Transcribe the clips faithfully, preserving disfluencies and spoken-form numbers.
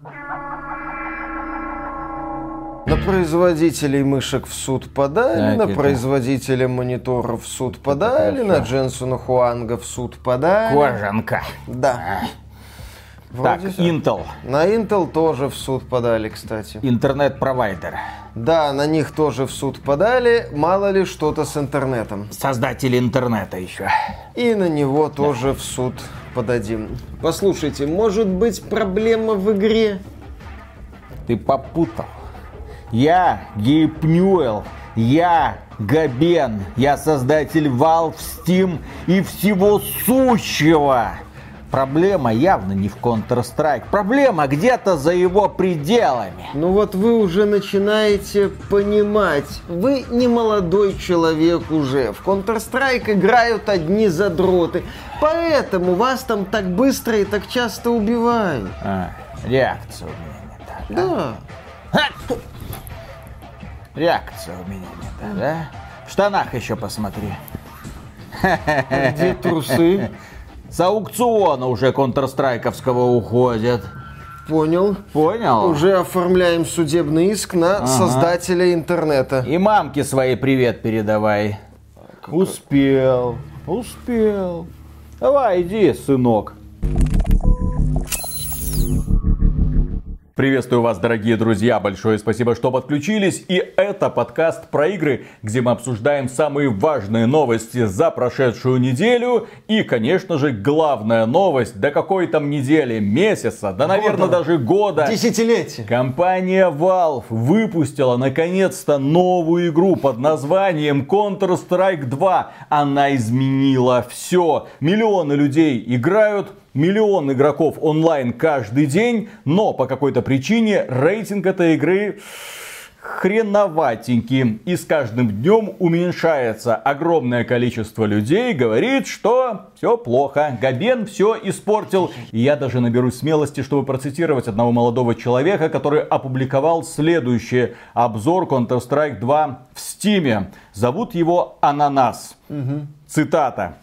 На производителей мышек в суд подали, Так, на это... производителя мониторов в суд подали, на Дженсона Хуанга в суд подали. Кожанка. Да. Так, Вроде Intel. На Intel тоже в суд подали, кстати. Интернет-провайдер. Да, на них тоже в суд подали, мало ли что-то с интернетом. Создатели интернета еще. И на него тоже в суд подадим. Послушайте, может быть проблема в игре? Ты попутал. Я Гейб Ньюэлл. Я Габен. Я создатель Valve, Steam и всего сущего. Проблема явно не в Counter-Strike. Проблема где-то за его пределами. Ну вот вы уже начинаете понимать. Вы не молодой человек уже. В Counter-Strike играют одни задроты. Поэтому вас там так быстро и так часто убивают. А, реакция у меня не та. Да. Ха! Реакция у меня не та, да? В штанах еще посмотри. А где трусы? С аукциона уже контрстрайковского уходят. Понял. Понял? Уже оформляем судебный иск на ага. создателя интернета. И мамке своей привет передавай. Как... Успел. Успел. Давай, иди, сынок. Приветствую вас, дорогие друзья, большое спасибо, что подключились. И это подкаст про игры, где мы обсуждаем самые важные новости за прошедшую неделю. И, конечно же, главная новость, до какой там недели, месяца, да, наверное, года. даже года. Десятилетия. Компания Valve выпустила, наконец-то, новую игру под названием Counter-Strike два. Она изменила все. Миллионы людей играют. Миллион игроков онлайн каждый день, но по какой-то причине рейтинг этой игры хреноватенький. И с каждым днем уменьшается. Огромное количество людей говорит, что все плохо. Габен все испортил. И я даже наберусь смелости, чтобы процитировать одного молодого человека, который опубликовал следующий обзор Counter-Strike два в Стиме. Зовут его Ананас. Угу. Цитата.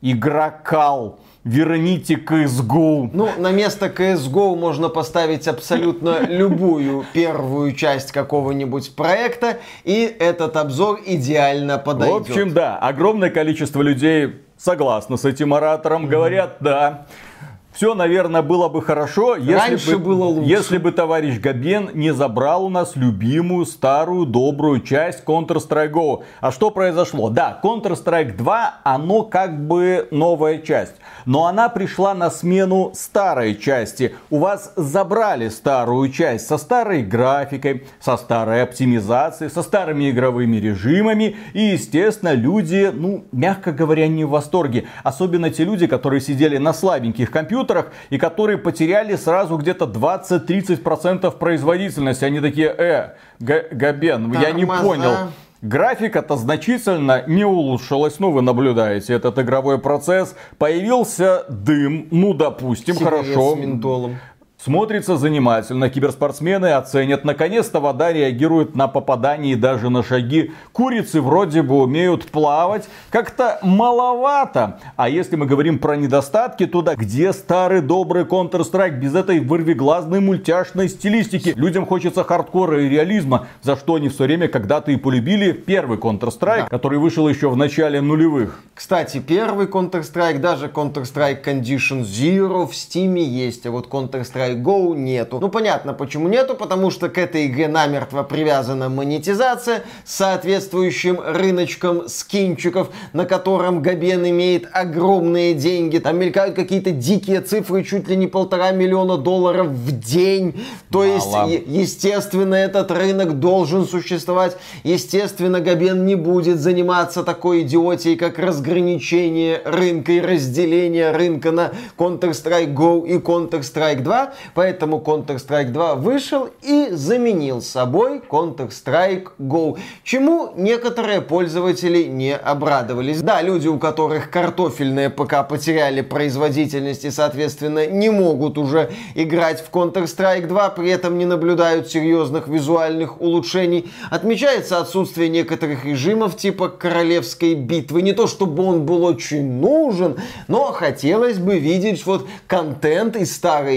Игрокал. Верните си эс го. Ну, на место си эс го можно поставить абсолютно любую первую часть какого-нибудь проекта, и этот обзор идеально подойдет. В общем, да, огромное количество людей согласно с этим оратором, mm-hmm. говорят, да. Все, наверное, было бы хорошо, если бы, было лучше. если бы товарищ Габен не забрал у нас любимую, старую, добрую часть Counter-Strike Go. А что произошло? Да, Counter-Strike два, оно как бы новая часть. Но она пришла на смену старой части. У вас забрали старую часть со старой графикой, со старой оптимизацией, со старыми игровыми режимами. И, естественно, люди, ну, мягко говоря, не в восторге. Особенно те люди, которые сидели на слабеньких компьютерах и которые потеряли сразу где-то двадцать-тридцать процентов производительности. Они такие, э, Габен, я не понял. Графика-то значительно не улучшилась. Ну, вы наблюдаете этот игровой процесс. Появился дым. Ну, допустим, Сигарет хорошо. С ментолом. Смотрится занимательно. Киберспортсмены оценят. Наконец-то вода реагирует на попадание и даже на шаги. Курицы вроде бы умеют плавать. Как-то маловато. А если мы говорим про недостатки, то да, где старый добрый Counter-Strike без этой вырвиглазной мультяшной стилистики? Людям хочется хардкора и реализма, за что они все время когда-то и полюбили первый Counter-Strike, да. который вышел еще в начале нулевых. Кстати, первый Counter-Strike, даже Counter-Strike Condition Zero в Steam есть, а вот Counter-Strike Go нету. Ну понятно, почему нету, потому что к этой игре намертво привязана монетизация с соответствующим рыночком скинчиков, на котором Габен имеет огромные деньги. Там мелькают какие-то дикие цифры, чуть ли не полтора миллиона долларов в день. То Мало. есть, е- естественно, этот рынок должен существовать. Естественно, Габен не будет заниматься такой идиотией, как разграничение рынка и разделение рынка на Counter-Strike Go и Counter-Strike два. Поэтому Counter-Strike два вышел и заменил собой Counter-Strike Go. Чему некоторые пользователи не обрадовались. Да, люди, у которых картофельные ПК потеряли производительность и, соответственно, не могут уже играть в Counter-Strike два, при этом не наблюдают серьезных визуальных улучшений. Отмечается отсутствие некоторых режимов типа королевской битвы. Не то чтобы он был очень нужен, но хотелось бы видеть вот контент из старой части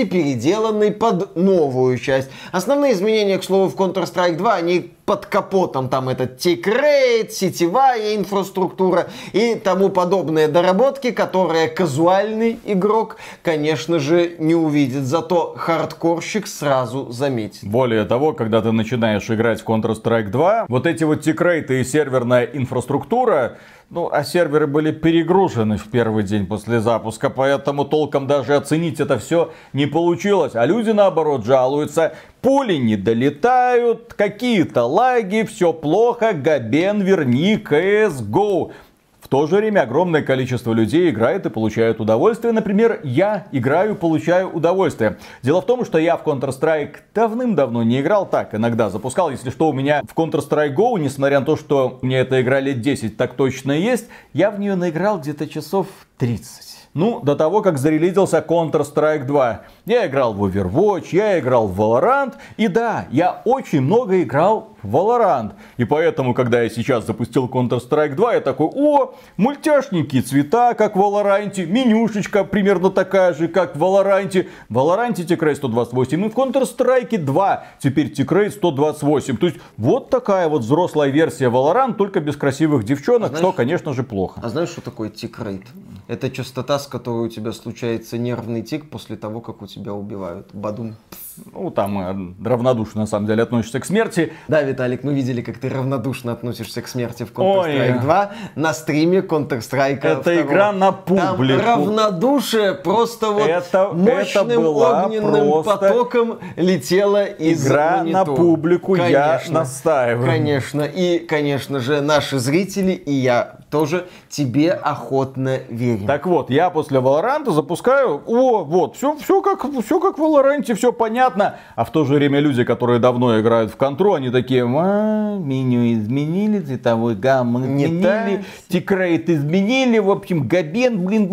части, переделанной под новую часть. Основные изменения, к слову, в Counter-Strike два, они под капотом. Там этот тикрейт, сетевая инфраструктура и тому подобные доработки, которые казуальный игрок, конечно же, не увидит. Зато хардкорщик сразу заметит. Более того, когда ты начинаешь играть в Counter-Strike два, вот эти вот тикрейты и серверная инфраструктура, ну, а серверы были перегружены в первый день после запуска, поэтому толком даже оценить это все не получилось. А люди, наоборот, жалуются. Пули не долетают, какие-то лаги, все плохо, Габен, верни си эс го. В то же время огромное количество людей играет и получает удовольствие. Например, я играю, получаю удовольствие. Дело в том, что я в Counter-Strike давным-давно не играл. Так, иногда запускал. Если что, у меня в Counter-Strike Go, несмотря на то, что мне эта игра лет десять так точно есть, я в нее наиграл где-то часов тридцать. Ну, до того, как зарелизился Counter-Strike два. Я играл в Overwatch, я играл в Valorant. И да, я очень много играл в Valorant. И поэтому, когда я сейчас запустил Counter-Strike два, я такой: о, мультяшненькие цвета, как в Valorant. Менюшечка примерно такая же, как в Valorant. В Valorant тикрейт сто двадцать восемь. И в Counter-Strike два теперь тикрейт сто двадцать восемь. То есть, вот такая вот взрослая версия Valorant, только без красивых девчонок, знаешь, что, конечно же, плохо. А знаешь, что такое тикрейт? Это частота, с которой у тебя случается нервный тик после того, как у тебя убивают. Бадум. Ну, там э, равнодушно, на самом деле, относишься к смерти. Да, Виталик, мы видели, как ты равнодушно относишься к смерти в Counter-Strike два на стриме Counter-Strike два. Это игра на публику. Там равнодушие просто вот это, мощным это огненным просто потоком летело из игра монитора. На публику, конечно, я настаиваю. Конечно, и, конечно же, наши зрители и я тоже тебе охотно верим. Так вот, я после Valorant запускаю, о, вот, все, все как, все как в Valorant, все понятно. А в то же время люди, которые давно играют в контру, они такие: а, меню изменили, цветовой гамму изменили, тикрейт изменили, в общем, Габен, блин,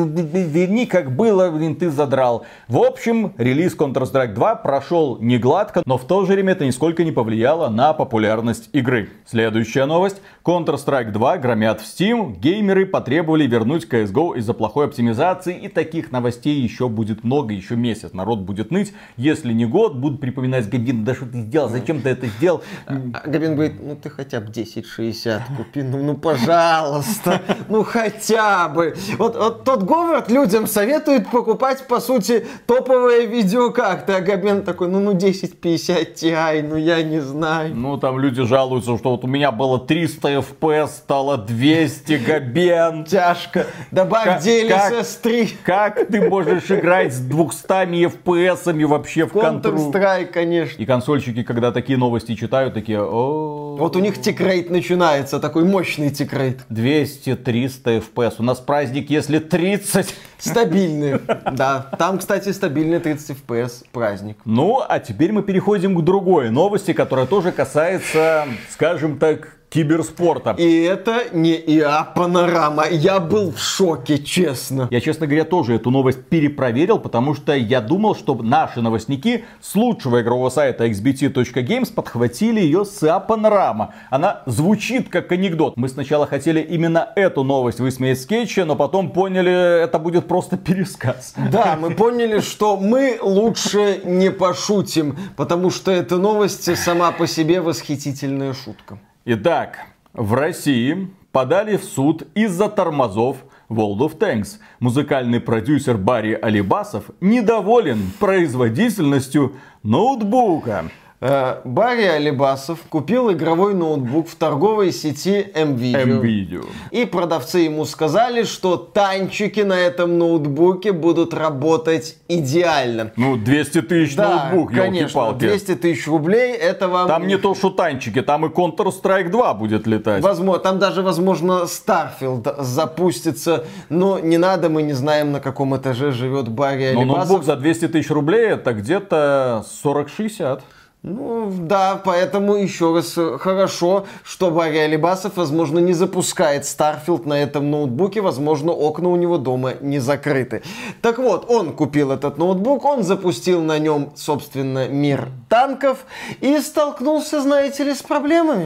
верни, как было, блин, ты задрал. В общем, релиз Counter-Strike два прошел не гладко, но в то же время это нисколько не повлияло на популярность игры. Следующая новость. Counter-Strike два громят в Steam, геймеры потребовали вернуть си эс го из-за плохой оптимизации, и таких новостей еще будет много, еще месяц. Народ будет ныть, если не год, будут припоминать: Габин, да что ты сделал, зачем ты это сделал? А Габин говорит: ну ты хотя бы десять шестьдесят купи, ну, ну пожалуйста, ну хотя бы. Вот, вот тот Говард людям советует покупать, по сути, топовые видеокарты, а Габин такой: ну, ну десять пятьдесят Ti, ну я не знаю. Ну там люди жалуются, что вот у меня было триста эф пи эс, стало двести, Габен. Тяжко. Добавь ди эл эс эс три. Как ты можешь играть с двумястами эф пи эсами вообще в контру? Counter-Strike, конечно. И консольщики, когда такие новости читают, такие: о. Вот у них тикрейт начинается, такой мощный тикрейт. двести-триста эф пи эс. У нас праздник, если тридцать. Стабильный. Да. Там, кстати, стабильный тридцать эф пи эс праздник. Ну, а теперь мы переходим к другой новости, которая тоже касается, скажем так, киберспорта. И это не и эй Panorama. Я был в шоке, честно. Я, честно говоря, тоже эту новость перепроверил, потому что я думал, что наши новостники с лучшего игрового сайта икс би ти точка геймс подхватили ее с и эй Panorama. Она звучит как анекдот. Мы сначала хотели именно эту новость высмеять в скетче, но потом поняли, это будет просто пересказ. Да, мы поняли, что мы лучше не пошутим, потому что эта новость сама по себе восхитительная шутка. Итак, в России подали в суд из-за тормозов World of Tanks. Музыкальный продюсер Барри Алибасов недоволен производительностью ноутбука. Барри Алибасов купил игровой ноутбук в торговой сети M-Video. M-Video. И продавцы ему сказали, что танчики на этом ноутбуке будут работать идеально. Ну, двести тысяч да, ноутбук, конечно, двести тысяч рублей, это вам... Там не то, что танчики, там и Counter-Strike два будет летать. Возможно, там даже, возможно, Starfield запустится, но не надо, мы не знаем, на каком этаже живет Барри Алибасов. Но ноутбук за двести тысяч рублей это где-то сорок-шестьдесят. Ну, да, поэтому еще раз хорошо, что Барри Алибасов, возможно, не запускает Starfield на этом ноутбуке, возможно, окна у него дома не закрыты. Так вот, он купил этот ноутбук, он запустил на нем, собственно, мир танков и столкнулся, знаете ли, с проблемами.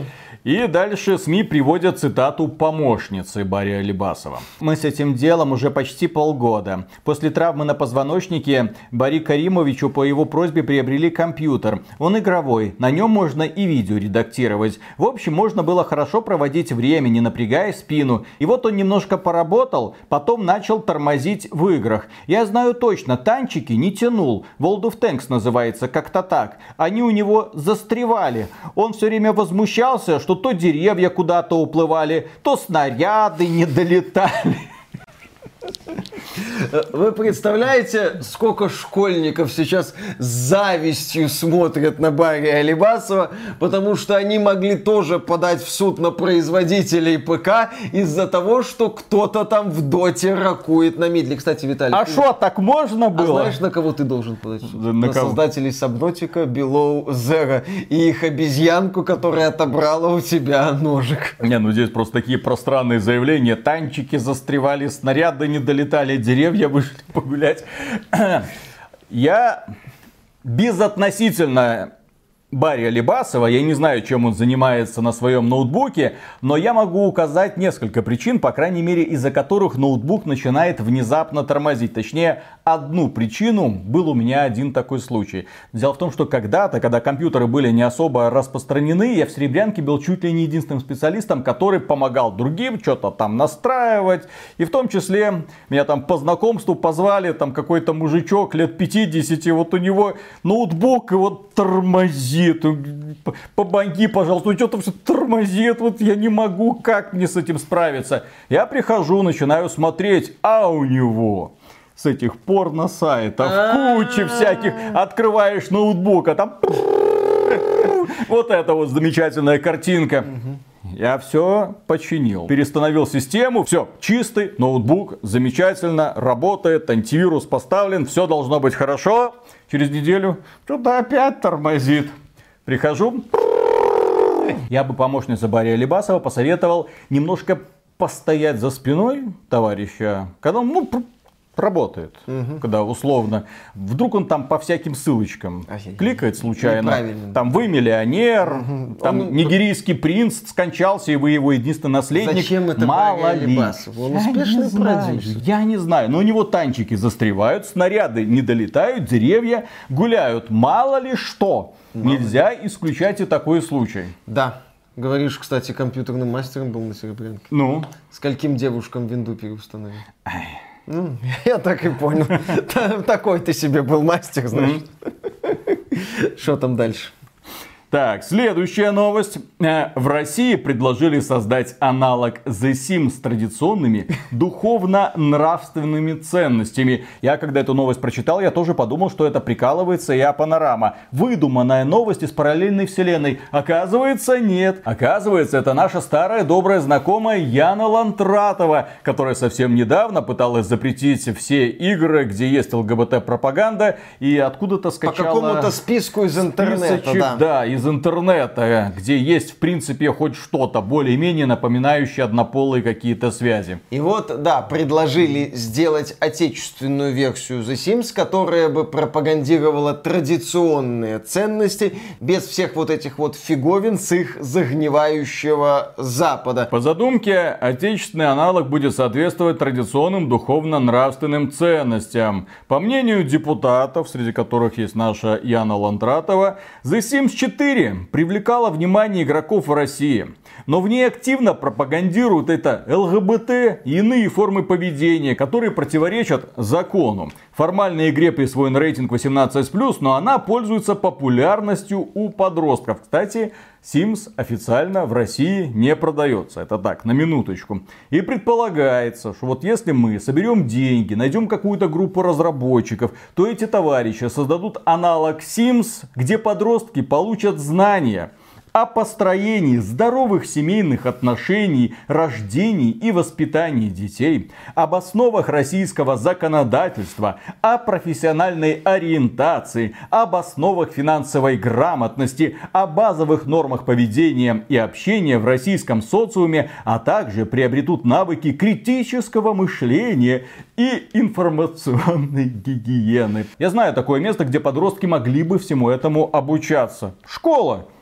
И дальше СМИ приводят цитату помощницы Барри Алибасова. Мы с этим делом уже почти полгода. После травмы на позвоночнике Барри Каримовичу по его просьбе приобрели компьютер. Он игровой, на нем можно и видео редактировать. В общем, можно было хорошо проводить время, не напрягая спину. И вот он немножко поработал, потом начал тормозить в играх. Я знаю точно, танчики не тянул. World of Tanks называется, как-то так. Они у него застревали. Он все время возмущался, что то деревья куда-то уплывали, то снаряды не долетали. Вы представляете, сколько школьников сейчас с завистью смотрят на Барри Алибасова, потому что они могли тоже подать в суд на производителей ПК из-за того, что кто-то там в доте ракует на мидле. Кстати, Виталий... А что, так можно было? А знаешь, на кого ты должен подать в суд? На, на кого? Создателей Subnautica, Below Zero и их обезьянку, которая отобрала у тебя ножик. Не, ну здесь просто такие пространные заявления. Танчики застревали, снаряды не долетали, деревья вышли погулять. Я безотносительно Барри Алибасова, я не знаю, чем он занимается на своем ноутбуке, но я могу указать несколько причин, по крайней мере, из-за которых ноутбук начинает внезапно тормозить. Точнее, одну причину, был у меня один такой случай. Дело в том, что когда-то, когда компьютеры были не особо распространены, я в Серебрянке был чуть ли не единственным специалистом, который помогал другим что-то там настраивать. И в том числе меня там по знакомству позвали, там какой-то мужичок лет пятидесяти, вот у него ноутбук и вот тормозит. Помоги, пожалуйста, ну что-то все тормозит, вот я не могу, как мне с этим справиться? Я прихожу, начинаю смотреть, а у него с этих порно-сайтов куча всяких, открываешь ноутбук, а там вот эта вот замечательная картинка. Я все починил, перестановил систему, все, чистый ноутбук, замечательно, работает, антивирус поставлен, все должно быть хорошо. Через неделю что-то опять тормозит. Прихожу, я бы помощнице Барри Алибасова посоветовал немножко постоять за спиной товарища, когда он, ну, работает, угу. Когда условно, вдруг он там по всяким ссылочкам Ай-яй-яй. кликает случайно, там вы миллионер, угу. там он... нигерийский принц скончался, и вы его единственный наследник. Зачем это мало ли? Он успешный продюсер. Я не знаю, но у него танчики застревают, снаряды не долетают, деревья гуляют, мало ли что. Мало Нельзя ли. исключать и такой случай. Да. Говоришь, кстати, компьютерным мастером был на Серебрянке. Ну? Скольким девушкам винду переустановил? Ну, я так и понял. Такой ты себе был мастер, знаешь. Что там дальше? Так, следующая новость. В России предложили создать аналог The Sims с традиционными духовно-нравственными ценностями. Я, когда эту новость прочитал, я тоже подумал, что это прикалывается и Панорама. Выдуманная новость из параллельной вселенной. Оказывается, нет. Оказывается, это наша старая добрая знакомая Яна Лантратова, которая совсем недавно пыталась запретить все игры, где есть ЛГБТ-пропаганда, и откуда-то скачала... По какому-то списку из интернета, списочек, да. Да, из интернета, где есть, в принципе, хоть что-то более-менее напоминающее однополые какие-то связи. И вот, да, предложили сделать отечественную версию The Sims, которая бы пропагандировала традиционные ценности, без всех вот этих вот фиговин с их загнивающего Запада. По задумке, отечественный аналог будет соответствовать традиционным духовно-нравственным ценностям. По мнению депутатов, среди которых есть наша Яна Лантратова, The Sims четыре привлекала внимание игроков в России. Но в ней активно пропагандируют это ЛГБТ и иные формы поведения, которые противоречат закону. Формально игре присвоен рейтинг восемнадцать плюс, но она пользуется популярностью у подростков. Кстати, Sims официально в России не продается. Это так, на минуточку. И предполагается, что вот если мы соберем деньги, найдем какую-то группу разработчиков, то эти товарищи создадут аналог Sims, где подростки получат знания о построении здоровых семейных отношений, рождении и воспитании детей, об основах российского законодательства, о профессиональной ориентации, об основах финансовой грамотности, о базовых нормах поведения и общения в российском социуме, а также приобретут навыки критического мышления и информационной гигиены. Я знаю такое место, где подростки могли бы всему этому обучаться. Школа.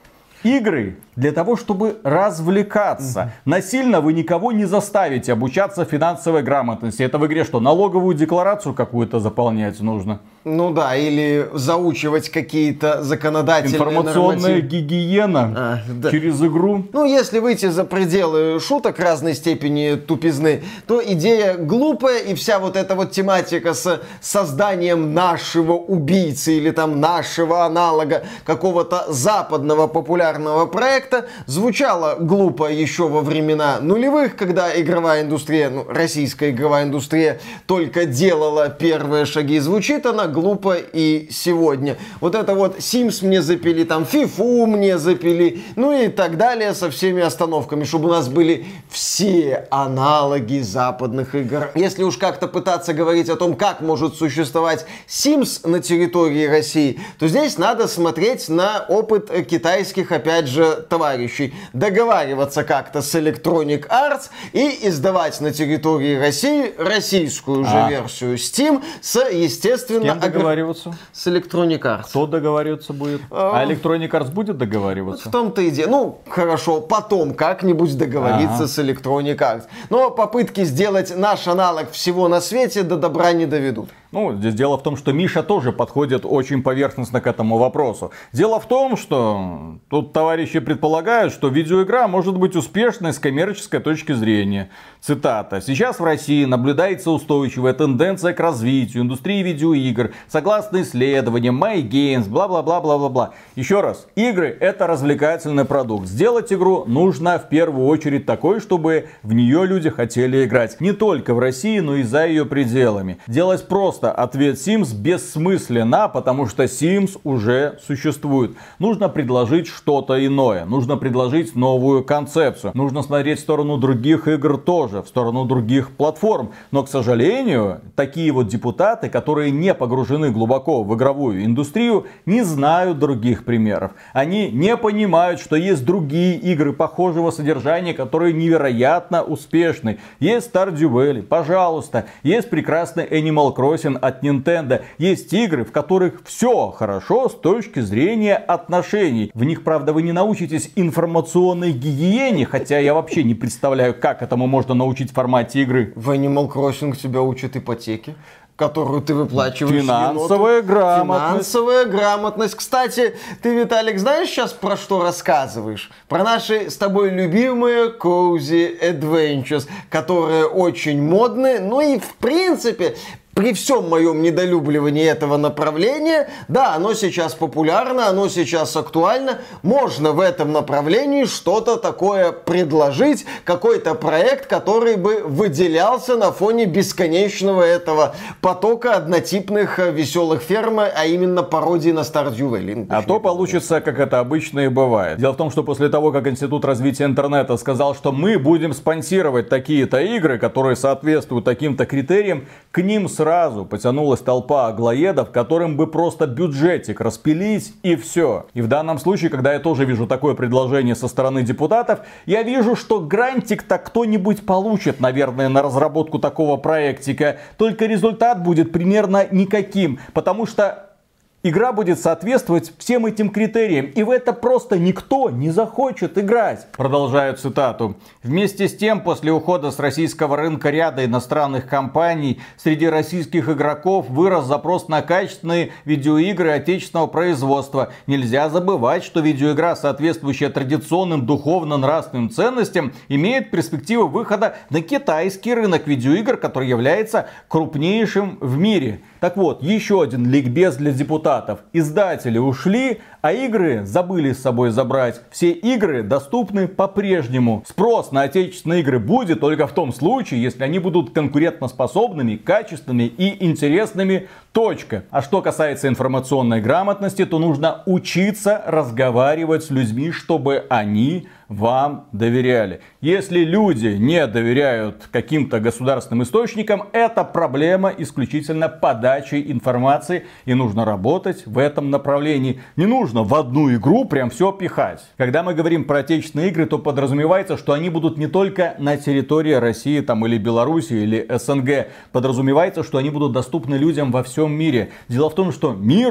Игры для того, чтобы развлекаться. Mm-hmm. Насильно вы никого не заставите обучаться финансовой грамотности. Это в игре что, налоговую декларацию какую-то заполнять нужно? Ну да, или заучивать какие-то законодательные Информационная нормативы. гигиена а, да. через игру. Ну, если выйти за пределы шуток разной степени тупизны, то идея глупая, и вся вот эта вот тематика с созданием нашего убийцы или там нашего аналога какого-то западного популярного проекта звучала глупо еще во времена нулевых, когда игровая индустрия, ну, российская игровая индустрия только делала первые шаги. Звучит она глупо и сегодня. Вот это вот Sims мне запили, там FIFA мне запили, ну и так далее со всеми остановками, чтобы у нас были все аналоги западных игр. Если уж как-то пытаться говорить о том, как может существовать Sims на территории России, то здесь надо смотреть на опыт китайских, опять же, товарищей. Договариваться как-то с Electronic Arts и издавать на территории России российскую же а. версию Steam с, естественно, С кем договариваться? С Electronic Arts. Кто договариваться будет? А, а Electronic Arts будет договариваться? Вот в том-то и дело. Ну, хорошо, потом как-нибудь договориться ага. с Electronic Arts. Но попытки сделать наш аналог всего на свете до добра не доведут. Ну, здесь дело в том, что Миша тоже подходит очень поверхностно к этому вопросу. Дело в том, что тут товарищи предполагают, что видеоигра может быть успешной с коммерческой точки зрения. Цитата. «Сейчас в России наблюдается устойчивая тенденция к развитию индустрии видеоигр, согласно исследованиям MyGames, бла-бла-бла-бла-бла-бла». Еще раз, игры — это развлекательный продукт. Сделать игру нужно в первую очередь такой, чтобы в нее люди хотели играть. Не только в России, но и за ее пределами. Делать просто ответ Sims бессмысленно, потому что Sims уже существует. Нужно предложить что-то иное. Нужно предложить новую концепцию. Нужно смотреть в сторону других игр тоже, в сторону других платформ. Но, к сожалению, такие вот депутаты, которые не погружены глубоко в игровую индустрию, не знают других примеров. Они не понимают, что есть другие игры похожего содержания, которые невероятно успешны. Есть Stardew Valley, пожалуйста. Есть прекрасный Animal Crossing от Nintendo. Есть игры, в которых все хорошо с точки зрения отношений. В них, правда, вы не научитесь информационной гигиене, хотя я вообще не представляю, как этому можно научить в формате игры. В Animal Crossing тебя учат ипотеки, которую ты выплачиваешь. Финансовая еноту. грамотность. Финансовая грамотность. Кстати, ты, Виталик, знаешь сейчас, про что рассказываешь? Про наши с тобой любимые Cozy Adventures, которые очень модные, ну и в принципе... При всем моем недолюбливании этого направления, да, оно сейчас популярно, оно сейчас актуально, можно в этом направлении что-то такое предложить, какой-то проект, который бы выделялся на фоне бесконечного этого потока однотипных веселых ферм, а именно пародии на Stardew Valley. А то получится, как это обычно и бывает. Дело в том, что после того, как Институт развития интернета сказал, что мы будем спонсировать такие-то игры, которые соответствуют таким-то критериям, к ним с сразу потянулась толпа аглоедов, которым бы просто бюджетик распилить и все. И в данном случае, когда я тоже вижу такое предложение со стороны депутатов, я вижу, что грантик-то кто-нибудь получит, наверное, на разработку такого проектика. Только результат будет примерно никаким, потому что игра будет соответствовать всем этим критериям, и в это просто никто не захочет играть. Продолжаю цитату. Вместе с тем, после ухода с российского рынка ряда иностранных компаний, среди российских игроков вырос запрос на качественные видеоигры отечественного производства. Нельзя забывать, что видеоигра, соответствующая традиционным духовно-нравственным ценностям, имеет перспективу выхода на китайский рынок видеоигр, который является крупнейшим в мире. Так вот, еще один ликбез для депутатов. Издатели ушли, а игры забыли с собой забрать. Все игры доступны по-прежнему. Спрос на отечественные игры будет только в том случае, если они будут конкурентоспособными, качественными и интересными. Точка. А что касается информационной грамотности, то нужно учиться разговаривать с людьми, чтобы они вам доверяли. Если люди не доверяют каким-то государственным источникам, это проблема исключительно подачи информации, и нужно работать в этом направлении. Не нужно в одну игру прям все пихать. Когда мы говорим про отечественные игры, то подразумевается, что они будут не только на территории России там, или Беларуси или СНГ. Подразумевается, что они будут доступны людям во всем мире. Дело в том, что миру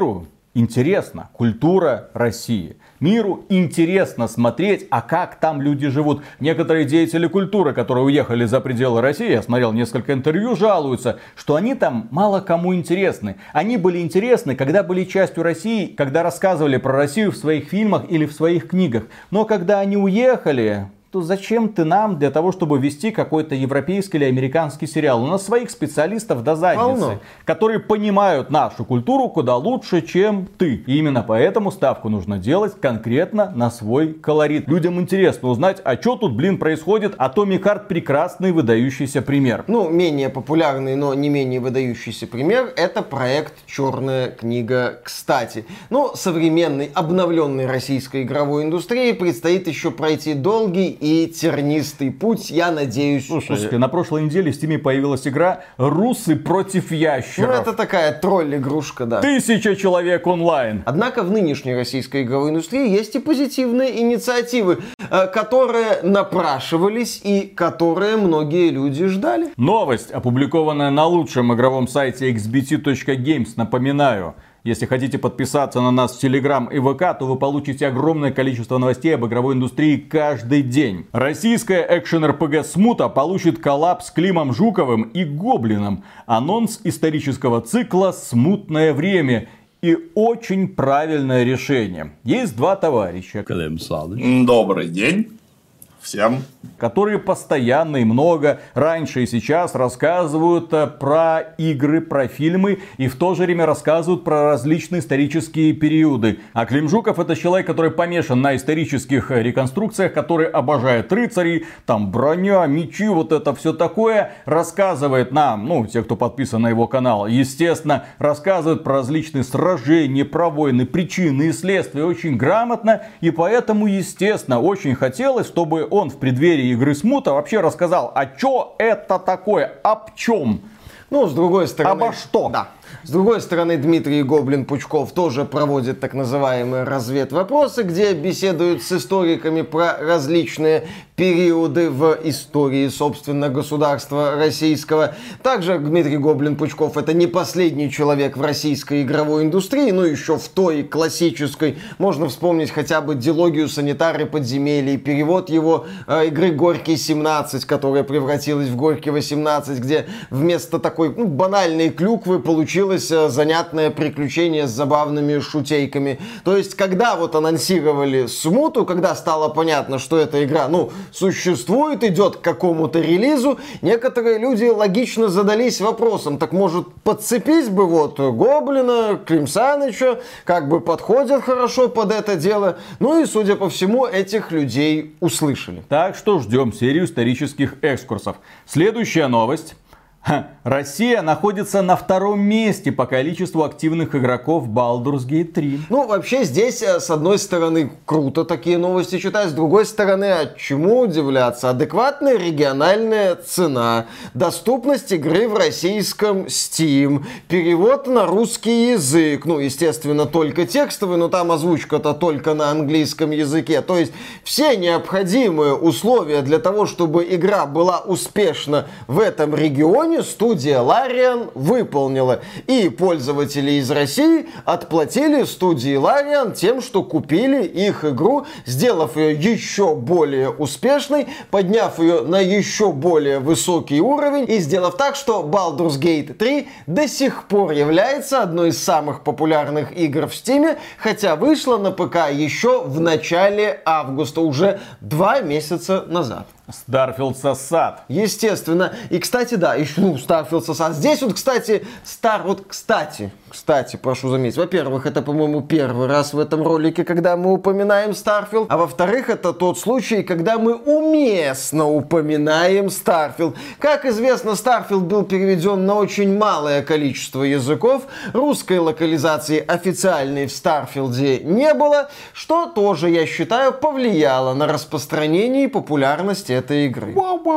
интересно культура России. Миру интересно смотреть, а как там люди живут. Некоторые деятели культуры, которые уехали за пределы России, я смотрел несколько интервью, жалуются, что они там мало кому интересны. Они были интересны, когда были частью России, когда рассказывали про Россию в своих фильмах или в своих книгах. Но когда они уехали, то зачем ты нам для того, чтобы вести какой-то европейский или американский сериал? У нас своих специалистов до задницы, Полно. которые понимают нашу культуру куда лучше, чем ты. И именно поэтому ставку нужно делать конкретно на свой колорит. Людям интересно узнать, а что тут, блин, происходит. Atomic Heart выдающийся выдающийся пример. Ну, менее популярный, но не менее выдающийся пример — это проект «Черная книга». Кстати, ну, современной, обновленной российской игровой индустрии предстоит еще пройти долгий и тернистый путь, я надеюсь. Слушайте, на прошлой неделе в Стиме появилась игра «Русы против ящеров». Ну, это такая тролль-игрушка, да. Тысяча человек онлайн. Однако в нынешней российской игровой индустрии есть и позитивные инициативы, которые напрашивались и которые многие люди ждали. Новость, опубликованная на лучшем игровом сайте икс би ти точка геймс, напоминаю. Если хотите подписаться на нас в Телеграм и ВК, то вы получите огромное количество новостей об игровой индустрии каждый день. Российская экшен-эр пи джи Смута получит коллаб с Климом Жуковым и Гоблином. Анонс исторического цикла «Смутное время». И очень правильное решение. Есть два товарища. Клим Саныч. Добрый день всем. Которые постоянно и много раньше и сейчас рассказывают про игры, про фильмы и в то же время рассказывают про различные исторические периоды. А Клим Жуков — это человек, который помешан на исторических реконструкциях, который обожает рыцарей, там броня, мечи, вот это все такое. Рассказывает нам, ну, те, кто подписан на его канал, естественно, рассказывает про различные сражения, про войны, причины и следствия очень грамотно. И поэтому, естественно, очень хотелось, чтобы он в преддверии игры Смута вообще рассказал, а что это такое, об чем? Ну, с другой стороны... Обо что? Да. С другой стороны, Дмитрий Гоблин-Пучков тоже проводит так называемые разведвопросы, где беседуют с историками про различные периоды в истории, собственно, государства российского. Также Дмитрий Гоблин-Пучков — это не последний человек в российской игровой индустрии, но еще в той классической. Можно вспомнить хотя бы дилогию «Санитары подземелий», перевод его э, игры «Горький семнадцать», которая превратилась в «Горький восемнадцать», где вместо такой ну, банальной клюквы получилось занятное приключение с забавными шутейками. То есть, когда вот анонсировали Смуту, когда стало понятно, что эта игра, ну, существует, идет к какому-то релизу, некоторые люди логично задались вопросом, так может подцепить бы вот Гоблина, Клим Саныча, как бы подходят хорошо под это дело. Ну и, судя по всему, этих людей услышали. Так что ждем серию исторических экскурсов. Следующая новость. Россия находится на втором месте по количеству активных игроков в Baldur's Gate три. Ну, вообще, здесь, с одной стороны, круто такие новости читать, с другой стороны, а чему удивляться? Адекватная региональная цена, доступность игры в российском Steam, перевод на русский язык, ну, естественно, только текстовый, но там озвучка-то только на английском языке. То есть, все необходимые условия для того, чтобы игра была успешна в этом регионе, студия Larian выполнила. И пользователи из России отплатили студии Larian тем, что купили их игру, сделав ее еще более успешной, подняв ее на еще более высокий уровень и сделав так, что Baldur's Gate три до сих пор является одной из самых популярных игр в Steam, хотя вышла на ПК еще в начале августа, уже два месяца назад. Starfield сосад. Естественно. И, кстати, да, еще, ну, Starfield сосад. Здесь вот, кстати, Star, вот, кстати, кстати, прошу заметить, во-первых, это, по-моему, первый раз в этом ролике, когда мы упоминаем Starfield, а во-вторых, это тот случай, когда мы уместно упоминаем Starfield. Как известно, Starfield был переведен на очень малое количество языков, русской локализации официальной в Starfield не было, что тоже, я считаю, повлияло на распространение и популярность этой игры.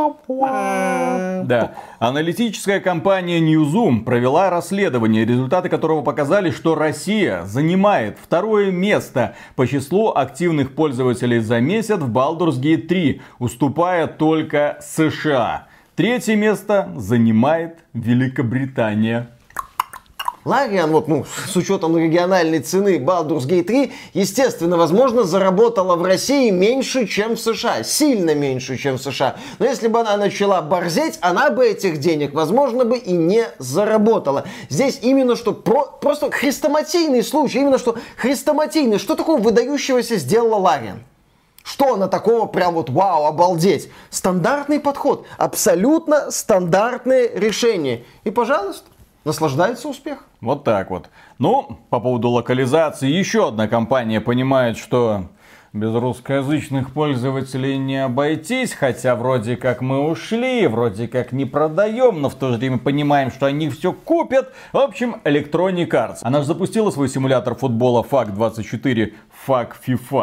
Да. Аналитическая компания Newzoo провела расследование, результаты которого показали, что Россия занимает второе место по числу активных пользователей за месяц в Baldur's Gate три, уступая только США. Третье место занимает Великобритания. Larian, вот, ну, с учетом региональной цены Baldur's Gate три, естественно, возможно, заработала в России меньше, чем в США. Сильно меньше, чем в США. Но если бы она начала борзеть, она бы этих денег, возможно, бы и не заработала. Здесь именно что про, просто хрестоматийный случай, именно что хрестоматийный. Что такого выдающегося сделала Larian? Что она такого прям вот вау, обалдеть? Стандартный подход, абсолютно стандартное решение. И, пожалуйста, наслаждается успехом. Вот так вот. Ну, по поводу локализации, еще одна компания понимает, что без русскоязычных пользователей не обойтись, хотя вроде как мы ушли, вроде как не продаем, но в то же время понимаем, что они все купят. В общем, Electronic Arts. Она же запустила свой симулятор футбола фак двадцать четыре, фак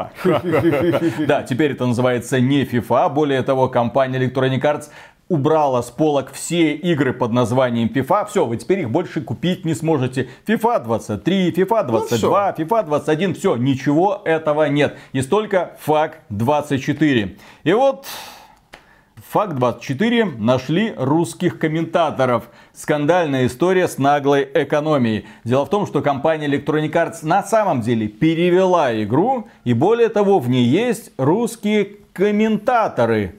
FIFA. Да, теперь это называется не FIFA. Более того, компания Electronic Arts убрала с полок все игры под названием FIFA. Все, вы теперь их больше купить не сможете. FIFA двадцать три, FIFA двадцать два, ну, FIFA двадцать один. Все, ничего этого нет. Есть только фак двадцать четыре. И вот фак двадцать четыре нашли русских комментаторов. Скандальная история с наглой экономией. Дело в том, что компания Electronic Arts на самом деле перевела игру. И более того, в ней есть русские комментаторы.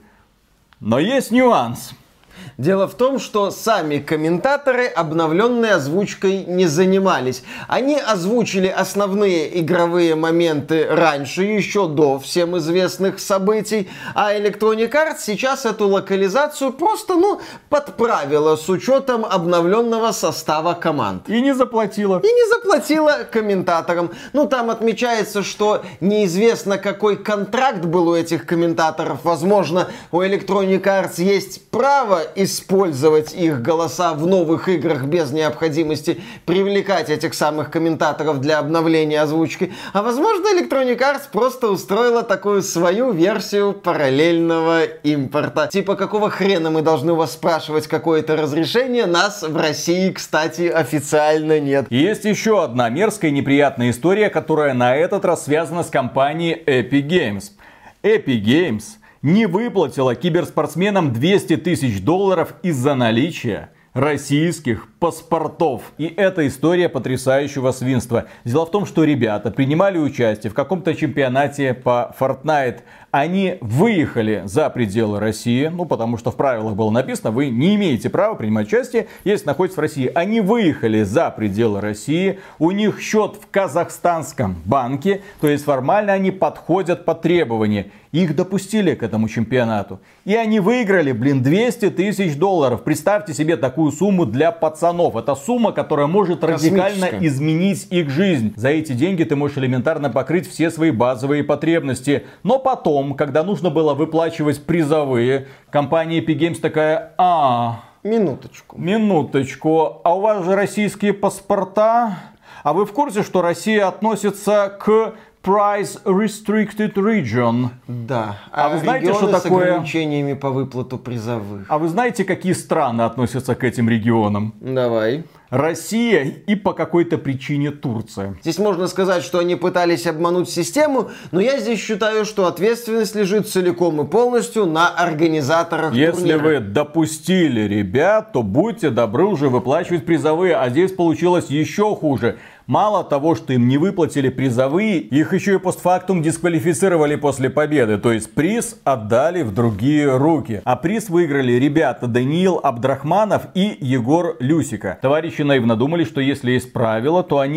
Но есть нюанс. Дело в том, что сами комментаторы обновленной озвучкой не занимались. Они озвучили основные игровые моменты раньше, еще до всем известных событий. А Electronic Arts сейчас эту локализацию просто, ну, подправила с учетом обновленного состава команд. И не заплатила. И не заплатила комментаторам. Ну, там отмечается, что неизвестно, какой контракт был у этих комментаторов. Возможно, у Electronic Arts есть право использовать их голоса в новых играх без необходимости привлекать этих самых комментаторов для обновления озвучки. А возможно, Electronic Arts просто устроила такую свою версию параллельного импорта. Типа, какого хрена мы должны у вас спрашивать какое-то разрешение? Нас в России, кстати, официально нет. Есть еще одна мерзкая и неприятная история, которая на этот раз связана с компанией Epic Games. Epic Games не выплатила киберспортсменам двести тысяч долларов из-за наличия российских паспортов. И эта история потрясающего свинства. Дело в том, что ребята принимали участие в каком-то чемпионате по Fortnite. Они выехали за пределы России, ну потому что в правилах было написано, вы не имеете права принимать участие, если находитесь в России. Они выехали за пределы России, у них счет в казахстанском банке, то есть формально они подходят под требования. Их допустили к этому чемпионату. И они выиграли, блин, двести тысяч долларов. Представьте себе такую сумму для пацанов. Это сумма, которая может радикально изменить их жизнь. За эти деньги ты можешь элементарно покрыть все свои базовые потребности. Но потом, когда нужно было выплачивать призовые, компания Epic Games такая: а, Минуточку. Минуточку. А у вас же российские паспорта? А вы в курсе, что Россия относится к Price Restricted Region? Да. А, а вы знаете, что такое? С ограничениями по выплату призовых. А вы знаете, какие страны относятся к этим регионам? Давай. Россия и по какой-то причине Турция. Здесь можно сказать, что они пытались обмануть систему, но я здесь считаю, что ответственность лежит целиком и полностью на организаторах Если турнира. вы допустили ребят, то будьте добры уже выплачивать призовые. А здесь получилось еще хуже. Мало того, что им не выплатили призовые, их еще и постфактум дисквалифицировали после победы. То есть приз отдали в другие руки. А приз выиграли ребята Даниил Абдрахманов и Егор Люсика. Товарищи наивно думали, что если есть правила, то они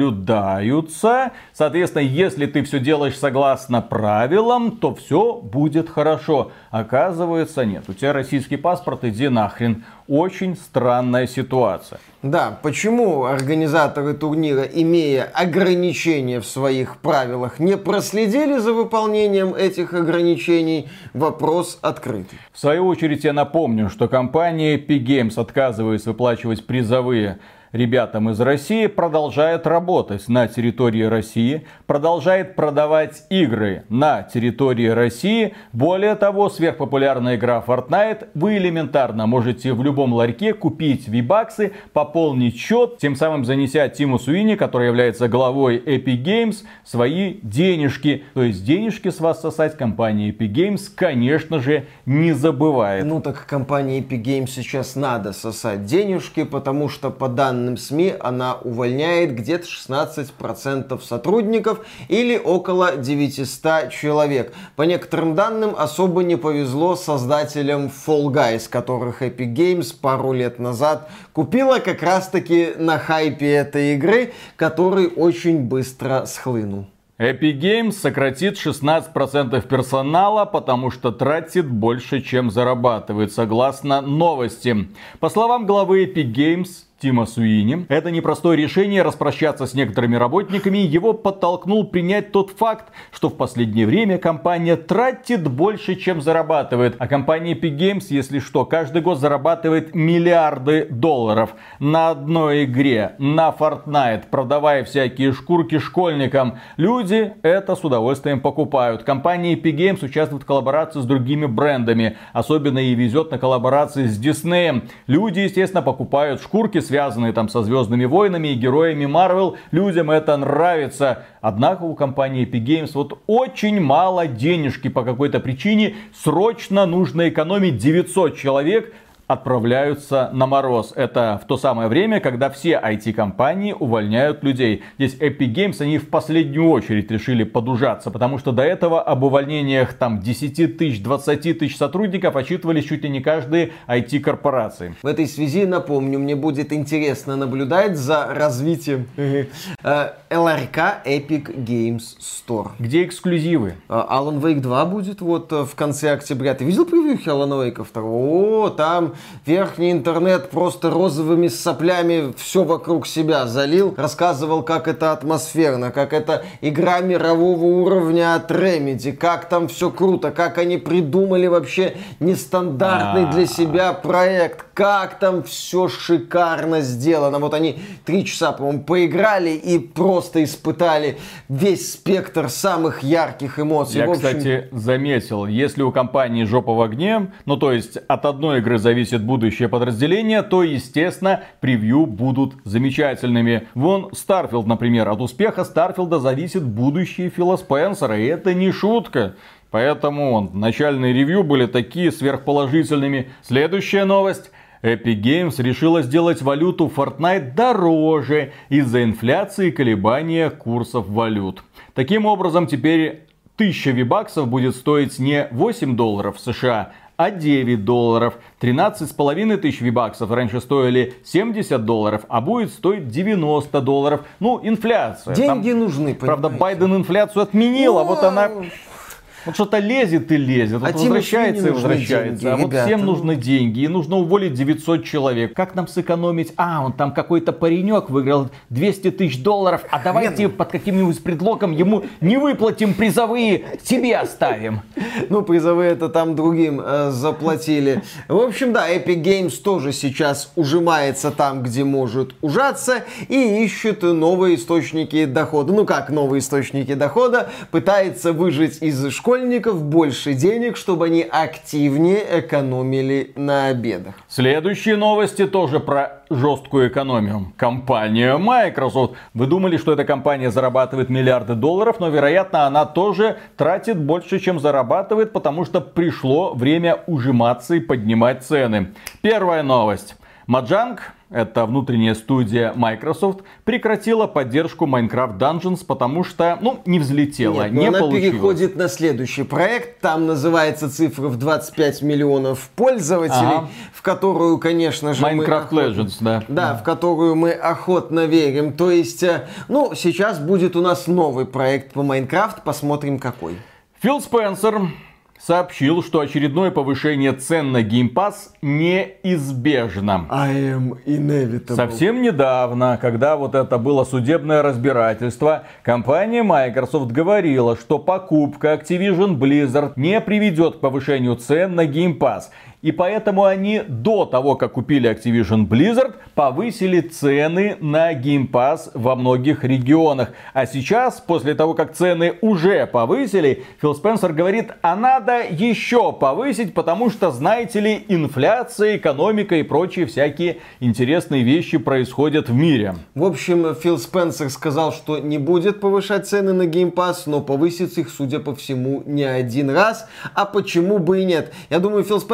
соблюдаются. Соответственно, если ты все делаешь согласно правилам, то все будет хорошо. Оказывается, нет. У тебя российский паспорт, иди нахрен. Очень странная ситуация. Да, почему организаторы турнира, имея ограничения в своих правилах, не проследили за выполнением этих ограничений? Вопрос открытый. В свою очередь я напомню, что компания Epic Games отказывается выплачивать призовые ребятам из России, продолжает работать на территории России, продолжает продавать игры на территории России. Более того, сверхпопулярная игра Fortnite, вы элементарно можете в любом ларьке купить V-баксы, пополнить счет, тем самым занеся Тиму Суини, который является главой Epic Games, свои денежки. То есть денежки с вас сосать компания Epic Games, конечно же, не забывает. Ну так компании Epic Games сейчас надо сосать денежки, потому что по данным данным СМИ, она увольняет где-то шестнадцать процентов сотрудников или около девятьсот человек. По некоторым данным, особо не повезло создателям Fall Guys, которых Epic Games пару лет назад купила как раз-таки на хайпе этой игры, который очень быстро схлынул. Epic Games сократит шестнадцать процентов персонала, потому что тратит больше, чем зарабатывает, согласно новости. По словам главы Epic Games Тима Суини, это непростое решение распрощаться с некоторыми работниками. Его подтолкнул принять тот факт, что в последнее время компания тратит больше, чем зарабатывает. А компания Epic Games, если что, каждый год зарабатывает миллиарды долларов на одной игре, на Fortnite, продавая всякие шкурки школьникам. Люди это с удовольствием покупают. Компания Epic Games участвует в коллаборации с другими брендами. Особенно ей везет на коллаборации с Disney. Люди, естественно, покупают шкурки, связанные там со Звездными войнами и героями Marvel. Людям это нравится. Однако у компании Epic Games вот очень мало денежки по какой-то причине. Срочно нужно экономить. девятьсот человек отправляются на мороз. Это в то самое время, когда все ай ти-компании увольняют людей. Здесь Epic Games, они в последнюю очередь решили подужаться, потому что до этого об увольнениях там десять тысяч, двадцать тысяч сотрудников отчитывались чуть ли не каждые ай ти-корпорации. В этой связи, напомню, мне будет интересно наблюдать за развитием эл ар ка Epic Games Store. Где эксклюзивы? Alan Wake два будет вот в конце октября. Ты видел превьюхи Alan Wake два? О, там верхний интернет просто розовыми соплями все вокруг себя залил. Рассказывал, как это атмосферно, как это игра мирового уровня от Remedy, как там все круто, как они придумали вообще нестандартный А-а-а. для себя проект, как там все шикарно сделано. Вот они три часа, по-моему, поиграли и просто испытали весь спектр самых ярких эмоций. Я, в общем... кстати, заметил, если у компании жопа в огне, ну то есть от одной игры зависит будущее подразделение, то, естественно, превью будут замечательными. Вон Starfield, например. От успеха Старфилда зависит будущее Фила Спенсера, и это не шутка. Поэтому он, начальные ревью были такие сверхположительными. Следующая новость. Epic Games решила сделать валюту Fortnite дороже из-за инфляции и колебания курсов валют. Таким образом, теперь тысяча V-баксов будет стоить не восемь долларов США, а девять долларов. тринадцать с половиной тысяч V-баксов раньше стоили семьдесят долларов, а будет стоить девяносто долларов. Ну, инфляция. Деньги Там, нужны, правда, понимаете? Байден инфляцию отменил, а вот она... Вот что-то лезет и лезет, А вот возвращается и возвращается. деньги, а вот ребята, всем ну. нужны деньги, и нужно уволить девятьсот человек. Как нам сэкономить? А, он там какой-то паренек выиграл двести тысяч долларов, а давайте под каким-нибудь предлогом ему не выплатим призовые, себе оставим. Ну, призовые это там другим э, заплатили. В общем, да, Epic Games тоже сейчас ужимается там, где может ужаться, и ищет новые источники дохода. Ну, как новые источники дохода? Пытается выжать из школьников больше денег, чтобы они активнее экономили на обедах. Следующие новости тоже про жесткую экономию. Компания Microsoft. Вы думали, что эта компания зарабатывает миллиарды долларов, но, вероятно, она тоже тратит больше, чем зарабатывает, потому что пришло время ужиматься и поднимать цены. Первая новость. Mojang, это внутренняя студия Microsoft, прекратила поддержку Minecraft Dungeons, потому что, ну, не взлетела, Нет, но не она получилось. переходит на следующий проект. Там называется цифра в двадцать пять миллионов пользователей, Ага. в которую, конечно же, Minecraft мы... Legends, да. Да, в которую мы охотно верим. То есть, э, ну, сейчас будет у нас новый проект по Minecraft. Посмотрим, какой. Фил Спенсер сообщил, что очередное повышение цен на Game Pass неизбежно. I am inevitable. Совсем недавно, когда вот это было судебное разбирательство, компания Microsoft говорила, что покупка Activision Blizzard не приведет к повышению цен на Game Pass. И поэтому они до того, как купили Activision Blizzard, повысили цены на Game Pass во многих регионах. А сейчас, после того, как цены уже повысили, Фил Спенсер говорит, а надо еще повысить, потому что, знаете ли, инфляция, экономика и прочие всякие интересные вещи происходят в мире. В общем, Фил Спенсер сказал, что не будет повышать цены на Game Pass, но повысит их, судя по всему, не один раз. А почему бы и нет? Я думаю, Фил Спенсер просто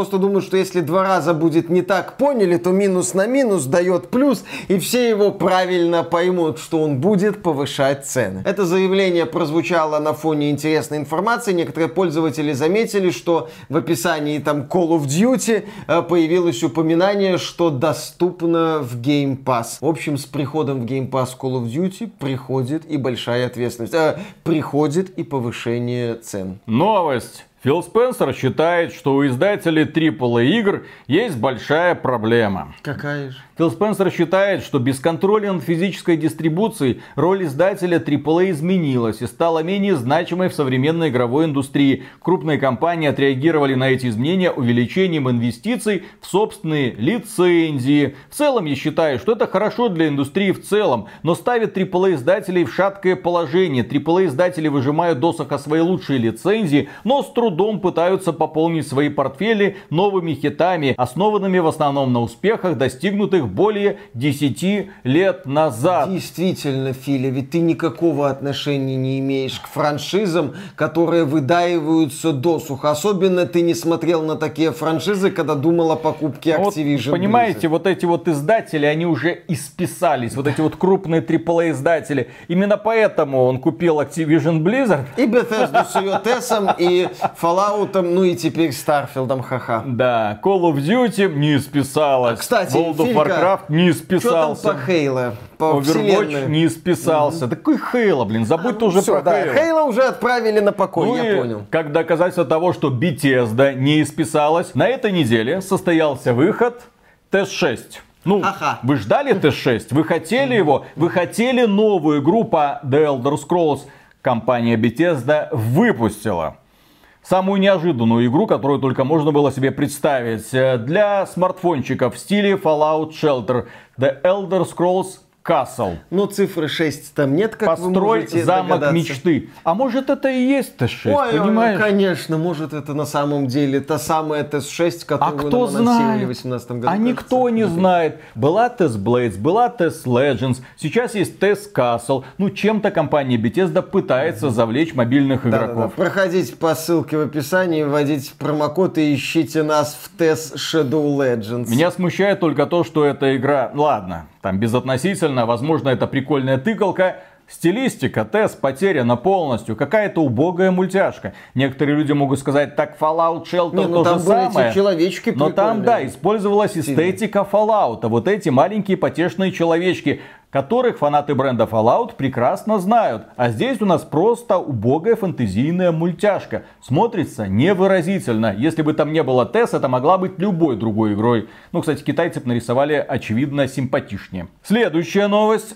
просто думают, что если два раза будет не так поняли, то минус на минус дает плюс, и все его правильно поймут, что он будет повышать цены. Это заявление прозвучало на фоне интересной информации. Некоторые пользователи заметили, что в описании там Call of Duty появилось упоминание, что доступно в Game Pass. В общем, с приходом в Game Pass Call of Duty приходит и большая ответственность. Э, приходит и повышение цен. Новость. Фил Спенсер считает, что у издателей трипл эй игр есть большая проблема. Какая же? Фил Спенсер считает, что без контроля над физической дистрибуцией роль издателя трипл эй изменилась и стала менее значимой в современной игровой индустрии. Крупные компании отреагировали на эти изменения увеличением инвестиций в собственные лицензии. В целом, я считаю, что это хорошо для индустрии в целом, но ставит трипл эй издателей в шаткое положение. трипл эй издатели выжимают досуха свои лучшие лицензии, но с трудом пытаются пополнить свои портфели новыми хитами, основанными в основном на успехах, достигнутых более десяти лет назад. Действительно, Филя, ведь ты никакого отношения не имеешь к франшизам, которые выдаиваются досуха. Особенно ты не смотрел на такие франшизы, когда думал о покупке Activision. Вот, понимаете, вот эти вот издатели, они уже исписались. Вот эти вот крупные трипл эй издатели. Именно поэтому он купил Activision Blizzard. И Bethesda с ее Тесом, и Fallout, ну и теперь Starfield, ха-ха. Да, Call of Duty не исписалась. Кстати, World of Филька, Warcraft не исписался. Что там по Halo? По Overwatch вселенной? не исписался. Mm-hmm. Такой Halo, блин, забудь а, ты уже все, про да, Halo. Halo уже отправили на покой, Ну я и понял. как доказательство того, что Bethesda не исписалась, на этой неделе состоялся выход Т С шесть. Ну, Ага. вы ждали Т С шесть? Вы хотели его? Вы хотели новую игру по The Elder Scrolls? Компания Bethesda выпустила самую неожиданную игру, которую только можно было себе представить. Для смартфончиков в стиле Fallout Shelter. The Elder Scrolls Castle. Но цифры шесть там нет, как Построй вы можете замок догадаться. мечты. А может это и есть Т С шесть, Ой, понимаешь? ой, конечно, может это на самом деле та самая Т С шесть, А которую кто нам анонсировали в знает? две тысячи восемнадцатом году. А кажется. никто не знает. Была Т С Blades, была Т С Legends, сейчас есть Т С Castle. Ну, чем-то компания Bethesda пытается завлечь мобильных Да-да-да. игроков. Проходите по ссылке в описании, вводите промокод и ищите нас в Т С Shadow Legends. Меня смущает только то, что эта игра, ладно, там безотносительно, возможно, это прикольная тыкалка. Стилистика Т С потеряна полностью. Какая-то убогая мультяшка. Некоторые люди могут сказать, так Fallout Shelter Не, ну то там же были самое. эти человечки Но там, прикольные. да, использовалась эстетика Fallout. Вот эти маленькие потешные человечки, которых фанаты бренда Fallout прекрасно знают. А здесь у нас просто убогая фэнтезийная мультяшка. Смотрится невыразительно. Если бы там не было Т С, это могла быть любой другой игрой. Ну, кстати, китайцы бы нарисовали, очевидно, симпатичнее. Следующая новость.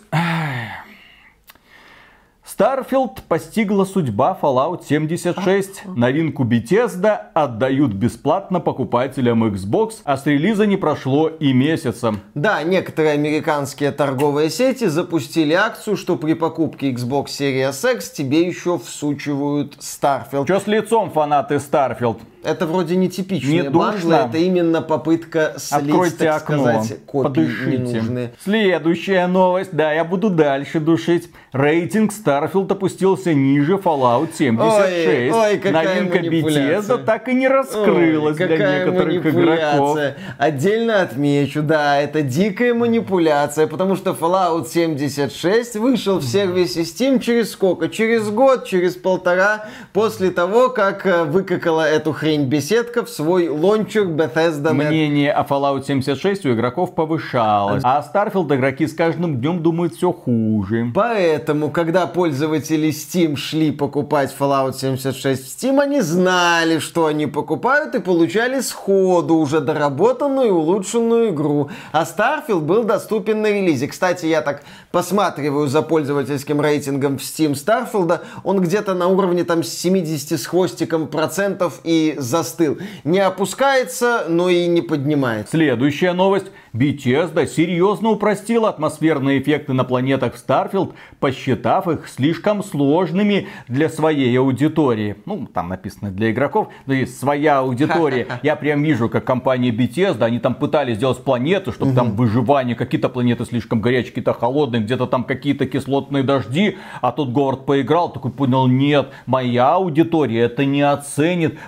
Starfield постигла судьба Fallout семьдесят шесть. Новинку Bethesda отдают бесплатно покупателям Xbox, а с релиза не прошло и месяца. Да, некоторые американские торговые сети запустили акцию, что при покупке Xbox Series X тебе еще всучивают Starfield. Чё с лицом, фанаты Starfield? Это вроде не типичные Не бандлы, душно? это именно попытка слить, Откройте так окно, сказать, копии подышите. ненужные. Следующая новость, да, я буду дальше душить. Рейтинг Starfield опустился ниже Fallout семьдесят шесть. Ой, ой, какая Новинка манипуляция. Bethesda так и не раскрылась Ой, для какая некоторых игроков. манипуляция. Отдельно отмечу, да, это дикая манипуляция, потому что Fallout семьдесят шесть вышел в сервисе Steam через сколько? Через год, через полтора, после того, как э, выкакала эту хрень беседка в свой лончер Bethesda точка нет. Мнение о Fallout семьдесят шесть у игроков повышалось, а Starfield игроки с каждым днем думают все хуже. Поэтому, когда пользователи Steam шли покупать Fallout семьдесят шесть в Steam, они знали, что они покупают, и получали сходу уже доработанную и улучшенную игру. А Starfield был доступен на релизе. Кстати, я так посматриваю за пользовательским рейтингом в Steam Starfield. Он где-то на уровне там семьдесят с хвостиком процентов и застыл. Не опускается, но и не поднимается. Следующая новость. Bethesda серьезно упростила атмосферные эффекты на планетах в Starfield, посчитав их слишком сложными для своей аудитории. Ну, там написано для игроков, но есть своя аудитория. Я прям вижу, как компания Bethesda, они там пытались сделать планету, чтобы там выживание, какие-то планеты слишком горячие, какие-то холодные, где-то там какие-то кислотные дожди. А тут Говард поиграл, такой понял, нет, моя аудитория это не оценит, поэтому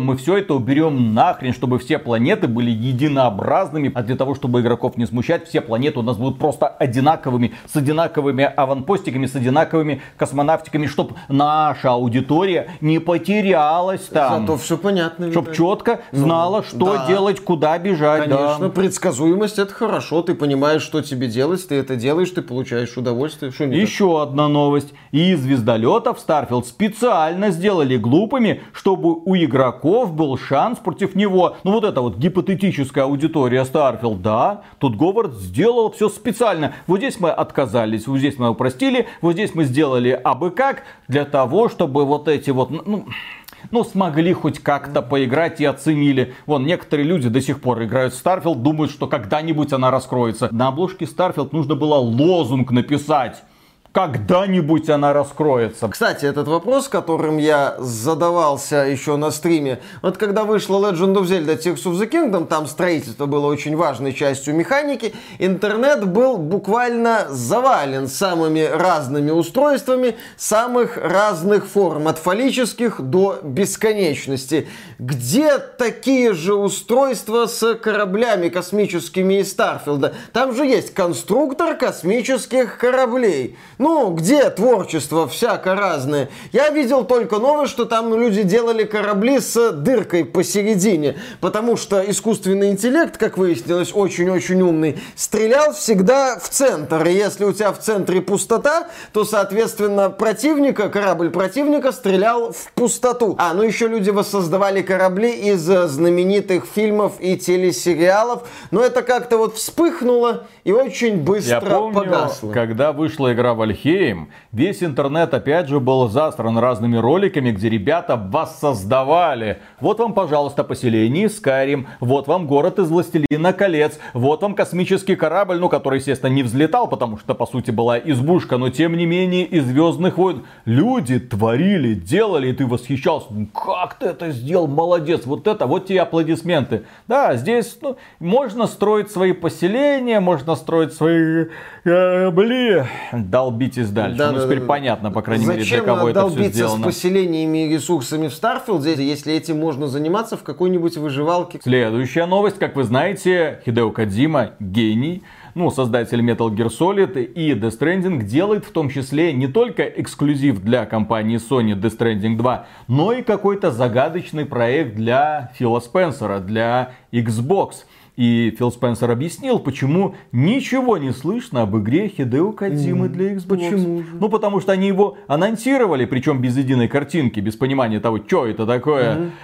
мы все это уберем нахрен, чтобы все планеты были единообразными. А для того, чтобы игроков не смущать, все планеты у нас будут просто одинаковыми, с одинаковыми аванпостиками, с одинаковыми космонавтиками, чтобы наша аудитория не потерялась там. Зато все понятно. Чтобы четко знала, ну, что да. делать, куда бежать. Конечно, да. предсказуемость это хорошо. Ты понимаешь, что тебе делать, ты это делаешь, ты получаешь удовольствие. Что Еще так? Одна новость. И звездолетов Starfield специально сделали глупыми, чтобы у игроков был шанс против него. Ну вот это вот гипотетическая аудитория Starfield, да, тут Говард сделал все специально. Вот здесь мы отказались, вот здесь мы упростили, вот здесь мы сделали абы как, для того, чтобы вот эти вот, ну... Ну, смогли хоть как-то поиграть и оценили. Вон, некоторые люди до сих пор играют в Starfield, думают, что когда-нибудь она раскроется. На обложке Starfield нужно было лозунг написать. Когда-нибудь она раскроется. Кстати, этот вопрос, которым я задавался еще на стриме. Вот когда вышла Legend of Zelda Tears of the Kingdom, там строительство было очень важной частью механики. Интернет был буквально завален самыми разными устройствами самых разных форм. От фаллических до бесконечности. Где такие же устройства с кораблями космическими из Старфилда? Там же есть конструктор космических кораблей. Ну, где творчество всяко разное? Я видел только новость, что там люди делали корабли с дыркой посередине, потому что искусственный интеллект, как выяснилось, очень-очень умный, стрелял всегда в центр. И если у тебя в центре пустота, то, соответственно, противника, корабль противника стрелял в пустоту. А, ну еще люди воссоздавали корабли из знаменитых фильмов и телесериалов, но это как-то вот вспыхнуло и очень быстро Я помню, погасло. Когда вышла игра Вальхейм, весь интернет опять же был засран разными роликами, где ребята воссоздавали. Вот вам, пожалуйста, поселение из Skyrim, вот вам город из Властелина колец, вот вам космический корабль, ну, который, естественно, не взлетал, потому что, по сути, была избушка, но, тем не менее, из Звездных войн. Люди творили, делали, и ты восхищался. Ну, как ты это сделал? Молодец. Вот это, вот тебе аплодисменты. Да, здесь, ну, можно строить свои поселения, можно строить свои корабли. Долбитесь дальше. Да, ну, да, теперь да, понятно, по крайней мере, для Зачем кого это все долбиться сделано. с поселениями и ресурсами в Старфилде, если этим можно заниматься в какой-нибудь выживалке? Следующая новость. Как вы знаете, Хидео Кодзима гений. Ну, создатель Metal Gear Solid и Death Stranding делает в том числе не только эксклюзив для компании Sony Death Stranding два, но и какой-то загадочный проект для Фила Спенсера, для Xbox. И Фил Спенсер объяснил, почему ничего не слышно об игре Хидео Кодзимы mm. для Xbox. Почему же? Ну, потому что они его анонсировали, причем без единой картинки, без понимания того, что это такое. Mm.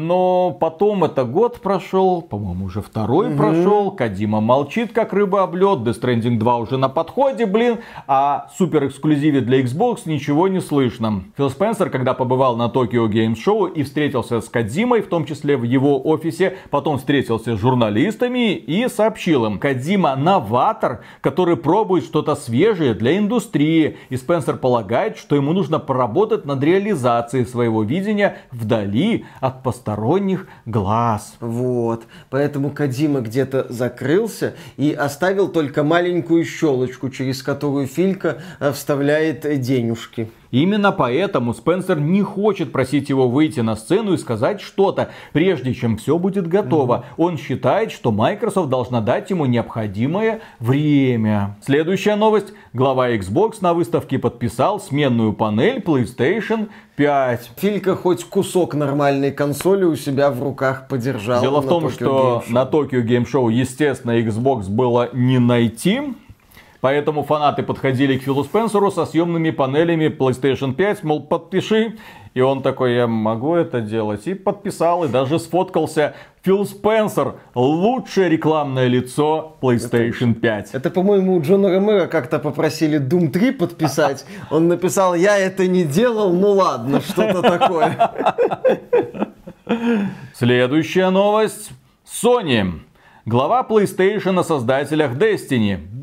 Но потом это год прошел, по-моему, уже второй mm-hmm. прошел. Кодзима молчит, как рыба об лед. Death Stranding два уже на подходе, блин. А супер эксклюзиве для Xbox ничего не слышно. Фил Спенсер, когда побывал на Tokyo Game Show и встретился с Кодзимой, в том числе в его офисе, потом встретился с журналистами, и сообщил им: Кодзима новатор, который пробует что-то свежее для индустрии. И Спенсер полагает, что ему нужно поработать над реализацией своего видения вдали от посторонних глаз. Вот. Поэтому Кодзима где-то закрылся и оставил только маленькую щелочку, через которую Филька вставляет денежки. Именно поэтому Спенсер не хочет просить его выйти на сцену и сказать что-то, прежде чем все будет готово. Mm-hmm. Он считает, что Microsoft должна дать ему необходимое время. Следующая новость. Глава Xbox на выставке подписал сменную панель PlayStation пять. Филька хоть кусок нормальной консоли у себя в руках подержал. Дело в том, что на Tokyo Game Show, естественно, Xbox было не найти. Поэтому фанаты подходили к Филу Спенсеру со съемными панелями PlayStation пять, мол, подпиши. И он такой: я могу это делать. И подписал, и даже сфоткался. Фил Спенсер — лучшее рекламное лицо PlayStation пять. Это, это по-моему, у Джона Ромеро как-то попросили Doom три подписать. Он написал: я это не делал, ну ладно, что-то такое. Следующая новость. Sony. Глава PlayStation о создателях Destiny.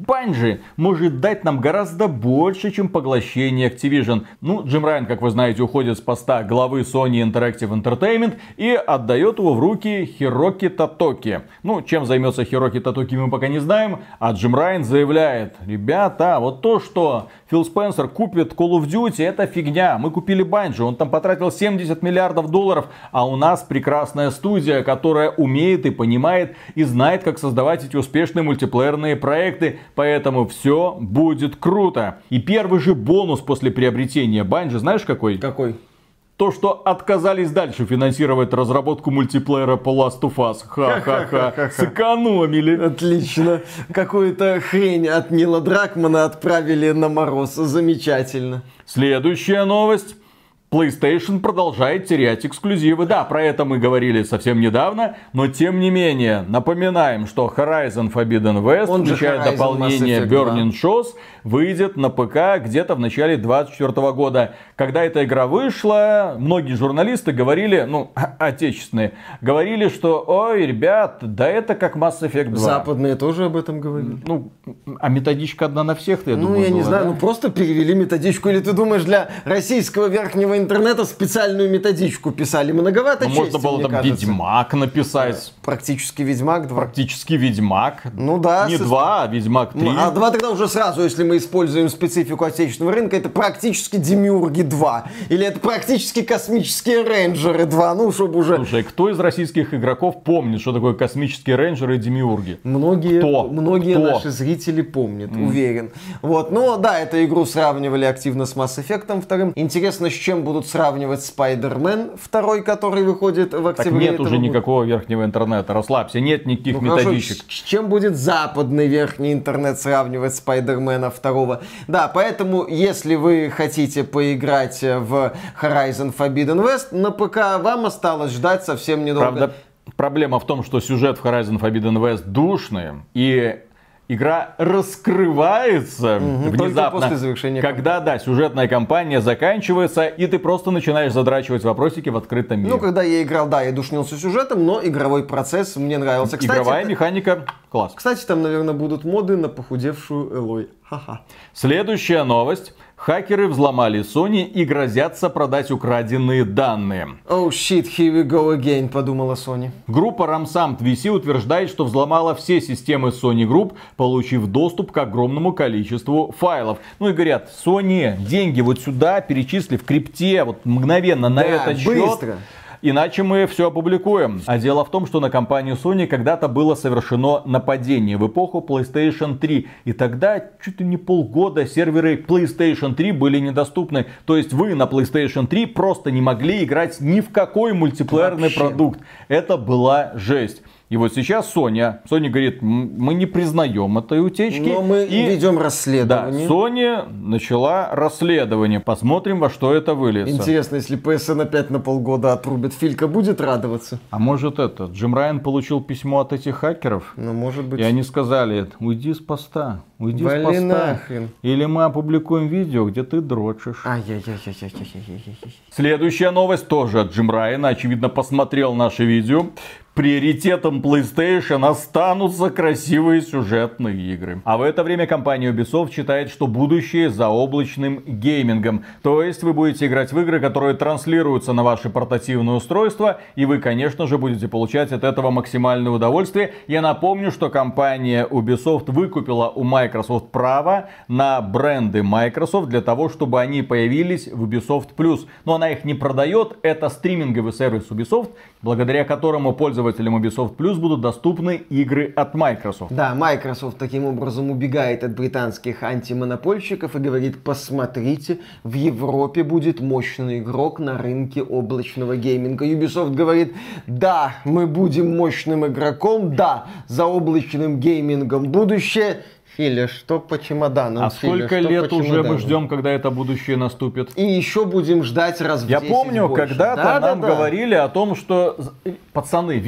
Bungie может дать нам гораздо больше, чем поглощение Activision. Ну, Джим Райан, как вы знаете, уходит с поста главы Sony Interactive Entertainment и отдает его в руки Хироки Тотоки. Ну, чем займется Хироки Тотоки, мы пока не знаем, а Джим Райан заявляет: ребята, вот то, что Фил Спенсер купит Call of Duty, это фигня. Мы купили Bungie, он там потратил семьдесят миллиардов долларов, а у нас прекрасная студия, которая умеет и понимает и знает, как создавать эти успешные мультиплеерные проекты. Поэтому все будет круто. И первый же бонус после приобретения Bungie, знаешь какой? Какой? То, что отказались дальше финансировать разработку мультиплеера по Last of Us. Ха-ха-ха. Сэкономили. Отлично. Какую-то хрень от Нила Дракмана отправили на мороз. Замечательно. Следующая новость. PlayStation продолжает терять эксклюзивы. Да, про это мы говорили совсем недавно, но тем не менее, напоминаем, что Horizon Forbidden West, Он включая Horizon дополнение Mass Effect Burning Shores, выйдет на ПК где-то в начале двадцать четвёртого года. Когда эта игра вышла, многие журналисты говорили, ну, отечественные, говорили, что, ой, ребят, да это как Mass Effect два. Западные тоже об этом говорили. Ну, а методичка одна на всех, я ну, думаю, я не была, знаю, да? ну просто перевели методичку. Или ты думаешь, для российского верхнего интернета специальную методичку писали? Многовато ну, чести, можно было мне там кажется. Ведьмак написать. Практически Ведьмак два. Практически Ведьмак. Ну да. Не с... два, а Ведьмак три. А два тогда уже сразу, если мы используем специфику отечественного рынка, это практически Демиурги два. Или это практически Космические Рейнджеры два. Ну, чтобы уже... Слушай, кто из российских игроков помнит, что такое Космические Рейнджеры и Демиурги? Многие, Кто? многие Кто? наши зрители помнят, mm. уверен. Вот, но да, эту игру сравнивали активно с Mass Effect вторым. Интересно, с чем будут сравнивать Spider-Man второй, который выходит в октябре. Так нет этого уже года. никакого верхнего интернета, расслабься, нет никаких Ну, хорошо, методичек. с, с чем будет западный верхний интернет сравнивать Спайдермена второго? Да, поэтому, если вы хотите поиграть в Horizon Forbidden West на ПК, вам осталось ждать совсем недолго. Правда, проблема в том, что сюжет в Horizon Forbidden West душный, и игра раскрывается Угу, внезапно, после завершения когда, да, сюжетная кампания заканчивается, и ты просто начинаешь задрачивать вопросики в открытом мире. Ну, когда я играл, да, я душнился сюжетом, но игровой процесс мне нравился. Кстати, игровая это... механика класс. Кстати, там, наверное, будут моды на похудевшую Элой. Ха-ха. Следующая новость. Хакеры взломали Sony и грозятся продать украденные данные. Oh shit, here we go again, подумала Sony. Группа Ramsamt ви си утверждает, что взломала все системы Sony Group, получив доступ к огромному количеству файлов. Ну и говорят, Sony деньги вот сюда перечисли в крипте, вот мгновенно на Да, этот счет. быстро. Иначе мы все опубликуем. А дело в том, что на компанию Sony когда-то было совершено нападение в эпоху PlayStation три. И тогда чуть ли не полгода серверы PlayStation три были недоступны. То есть вы на PlayStation три просто не могли играть ни в какой мультиплеерный Вообще. продукт. Это была жесть. И вот сейчас Sony, Sony говорит, мы не признаем этой утечки. Но мы и ведем да, расследование. Sony начала расследование. Посмотрим, во что это выльется. Интересно, если пи эс эн опять на полгода отрубит, Филька будет радоваться? А может это, Джим Райан получил письмо от этих хакеров? Ну, может быть. И они сказали, уйди с поста, уйди Вали с поста. нахрен. Или мы опубликуем видео, где ты дрочишь. Ай-яй-яй-яй-яй-яй-яй-яй. Следующая новость тоже от Джим Райана, очевидно, посмотрел наше видео. Приоритетом PlayStation останутся красивые сюжетные игры. А в это время компания Ubisoft считает, что будущее за облачным геймингом. То есть вы будете играть в игры, которые транслируются на ваши портативные устройства, и вы, конечно же, будете получать от этого максимальное удовольствие. Я напомню, что компания Ubisoft выкупила у Microsoft право на бренды Microsoft для того, чтобы они появились в Ubisoft Plus. Но она их не продает. Это стриминговый сервис Ubisoft, благодаря которому пользователям Ubisoft Plus будут доступны игры от Microsoft. Да, Microsoft таким образом убегает от британских антимонопольщиков и говорит, посмотрите, в Европе будет мощный игрок на рынке облачного гейминга. Ubisoft говорит, да, мы будем мощным игроком, да, за облачным геймингом будущее. Филя, что по чемоданам? А Филя, сколько что лет по уже чемоданам? мы ждем, когда это будущее наступит? И еще будем ждать раз в Я десять помню, больше. когда-то Да, нам да, да. говорили о том, что пацаны, ви ар,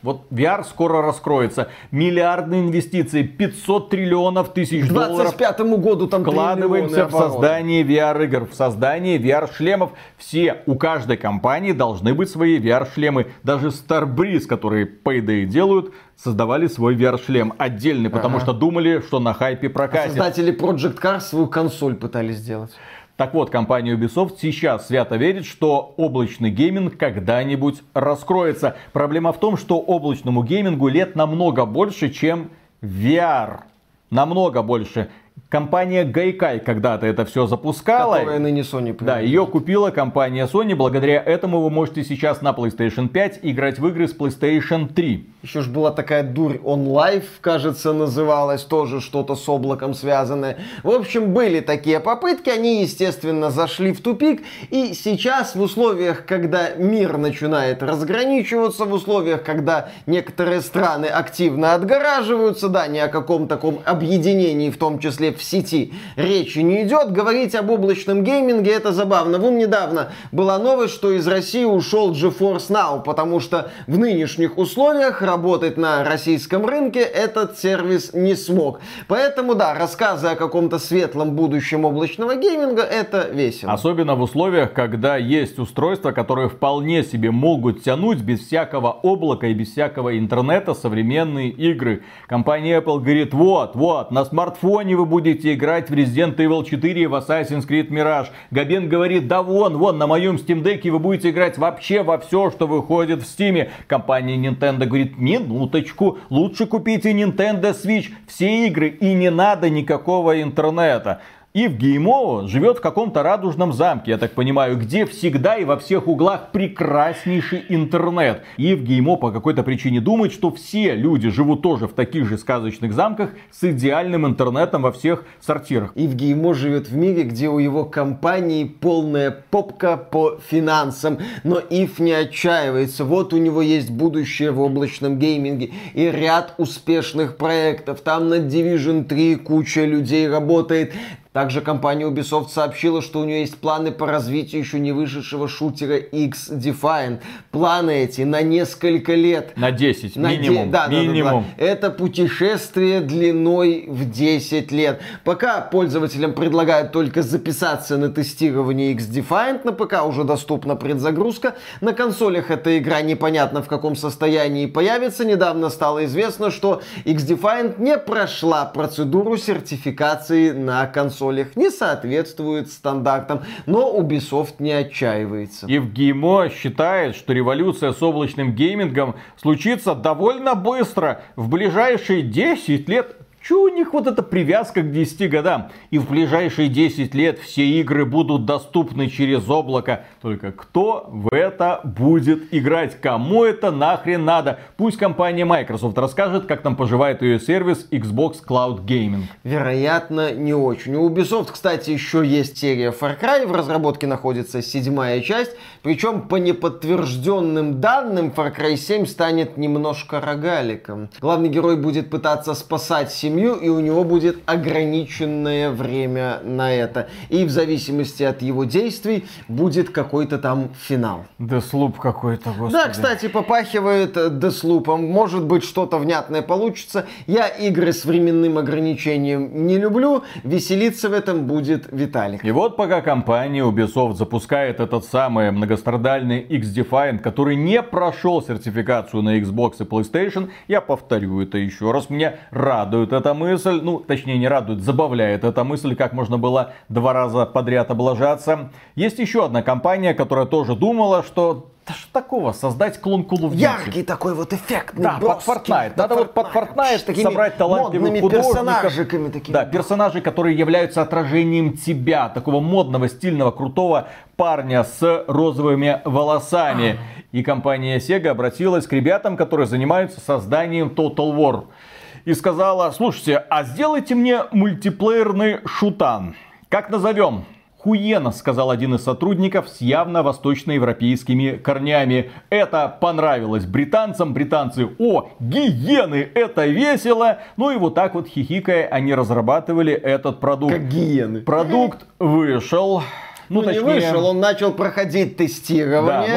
Вот ви ар скоро раскроется. Миллиардные инвестиции, пятьсот триллионов тысяч К двадцать долларов. пятому году там Вкладываемся в создание ви ар-игр, в создание ви ар-шлемов. Все, у каждой компании должны быть свои ви ар-шлемы. Даже Starbreeze, которые Payday делают, создавали свой ви ар-шлем отдельный, потому Ага. что думали, что на хайпе прокатит. Создатели Project Cars свою консоль пытались сделать. Так вот, компания Ubisoft сейчас свято верит, что облачный гейминг когда-нибудь раскроется. Проблема в том, что облачному геймингу лет намного больше, чем ви ар. Намного больше. Компания Gaikai когда-то это все запускала. Которая ныне Sony Да, принадлежит. ее купила компания Sony. Благодаря этому вы можете сейчас на PlayStation пять играть в игры с PlayStation три. Еще ж была такая дурь OnLive, кажется, называлась, тоже что-то с облаком связанное. В общем, были такие попытки, они, естественно, зашли в тупик. И сейчас в условиях, когда мир начинает разграничиваться, в условиях, когда некоторые страны активно отгораживаются, да, ни о каком таком объединении, в том числе в сети, речи не идет. Говорить об облачном гейминге это забавно. Вон недавно была новость, что из России ушел GeForce Now, потому что в нынешних условиях работать на российском рынке этот сервис не смог. Поэтому, да, рассказы о каком-то светлом будущем облачного гейминга это весело. Особенно в условиях, когда есть устройства, которые вполне себе могут тянуть без всякого облака и без всякого интернета современные игры. Компания Apple говорит: вот, вот, на смартфоне вы будете играть в Resident Evil четыре и в Assassin's Creed Mirage. Габен говорит: да вон, вон, на моем Steam Deck вы будете играть вообще во все, что выходит в Steam. Компания Nintendo говорит: минуточку, лучше купите Nintendo Switch, все игры и не надо никакого интернета. Ив Геймо живет в каком-то радужном замке, я так понимаю, где всегда и во всех углах прекраснейший интернет. Ив Геймо по какой-то причине думает, что все люди живут тоже в таких же сказочных замках с идеальным интернетом во всех сортирах. Ив Геймо живет в мире, где у его компании полная попка по финансам. Но Ив не отчаивается. Вот у него есть будущее в облачном гейминге и ряд успешных проектов. Там над Division три куча людей работает. Также компания Ubisoft сообщила, что у нее есть планы по развитию еще не вышедшего шутера X-Defiant. Планы эти на несколько лет. На десять, На минимум. де- да, да, минимум. да, да. Это путешествие длиной в десять лет. Пока пользователям предлагают только записаться на тестирование X-Defiant. На ПК уже доступна предзагрузка. На консолях эта игра непонятно в каком состоянии появится. Недавно стало известно, что X-Defiant не прошла процедуру сертификации на консолях. Не соответствует стандартам. Но Ubisoft не отчаивается. Ив Геймо считает, что революция с облачным геймингом случится довольно быстро, в ближайшие десять лет. Чего у них вот эта привязка к десяти годам? И в ближайшие десять лет все игры будут доступны через облако. Только кто в это будет играть? Кому это нахрен надо? Пусть компания Microsoft расскажет, как там поживает ее сервис Xbox Cloud Gaming. Вероятно, не очень. У Ubisoft, кстати, еще есть серия Far Cry. В разработке находится седьмая часть. Причем, по неподтвержденным данным, Far Cry семь станет немножко рогаликом. Главный герой будет пытаться спасать семью, и у него будет ограниченное время на это. И в зависимости от его действий будет какой-то там финал. Деслуп какой-то, господи. Да, кстати, попахивает Деслупом. Может быть, что-то внятное получится. Я игры с временным ограничением не люблю. Веселиться в этом будет Виталик. И вот пока компания Ubisoft запускает этот самый многострадальный X-Defiant, который не прошел сертификацию на Xbox и PlayStation, я повторю это еще раз, меня радует эта мысль, ну точнее не радует, забавляет эта мысль, как можно было два раза подряд облажаться. Есть еще одна компания, которая тоже думала, что да что такого, создать клон Call of Duty. Яркий такой вот эффектный, Да, под броский. Fortnite. Надо вот под Fortnite С такими собрать талантливых модными художников. персонажиками такими. Да, персонажи, которые являются отражением тебя, такого модного, стильного, крутого парня с розовыми волосами. И компания Sega обратилась к ребятам, которые занимаются созданием Total War. И сказала: слушайте, а сделайте мне мультиплеерный шутан. Как назовем? Хуена, сказал один из сотрудников с явно восточноевропейскими корнями. Это понравилось британцам. Британцы: о, гиены, это весело. Ну и вот так вот хихикая они разрабатывали этот продукт. Как гиены. Продукт вышел. Ну, Ну, точнее, не вышел, он начал проходить тестирование. Да, ну,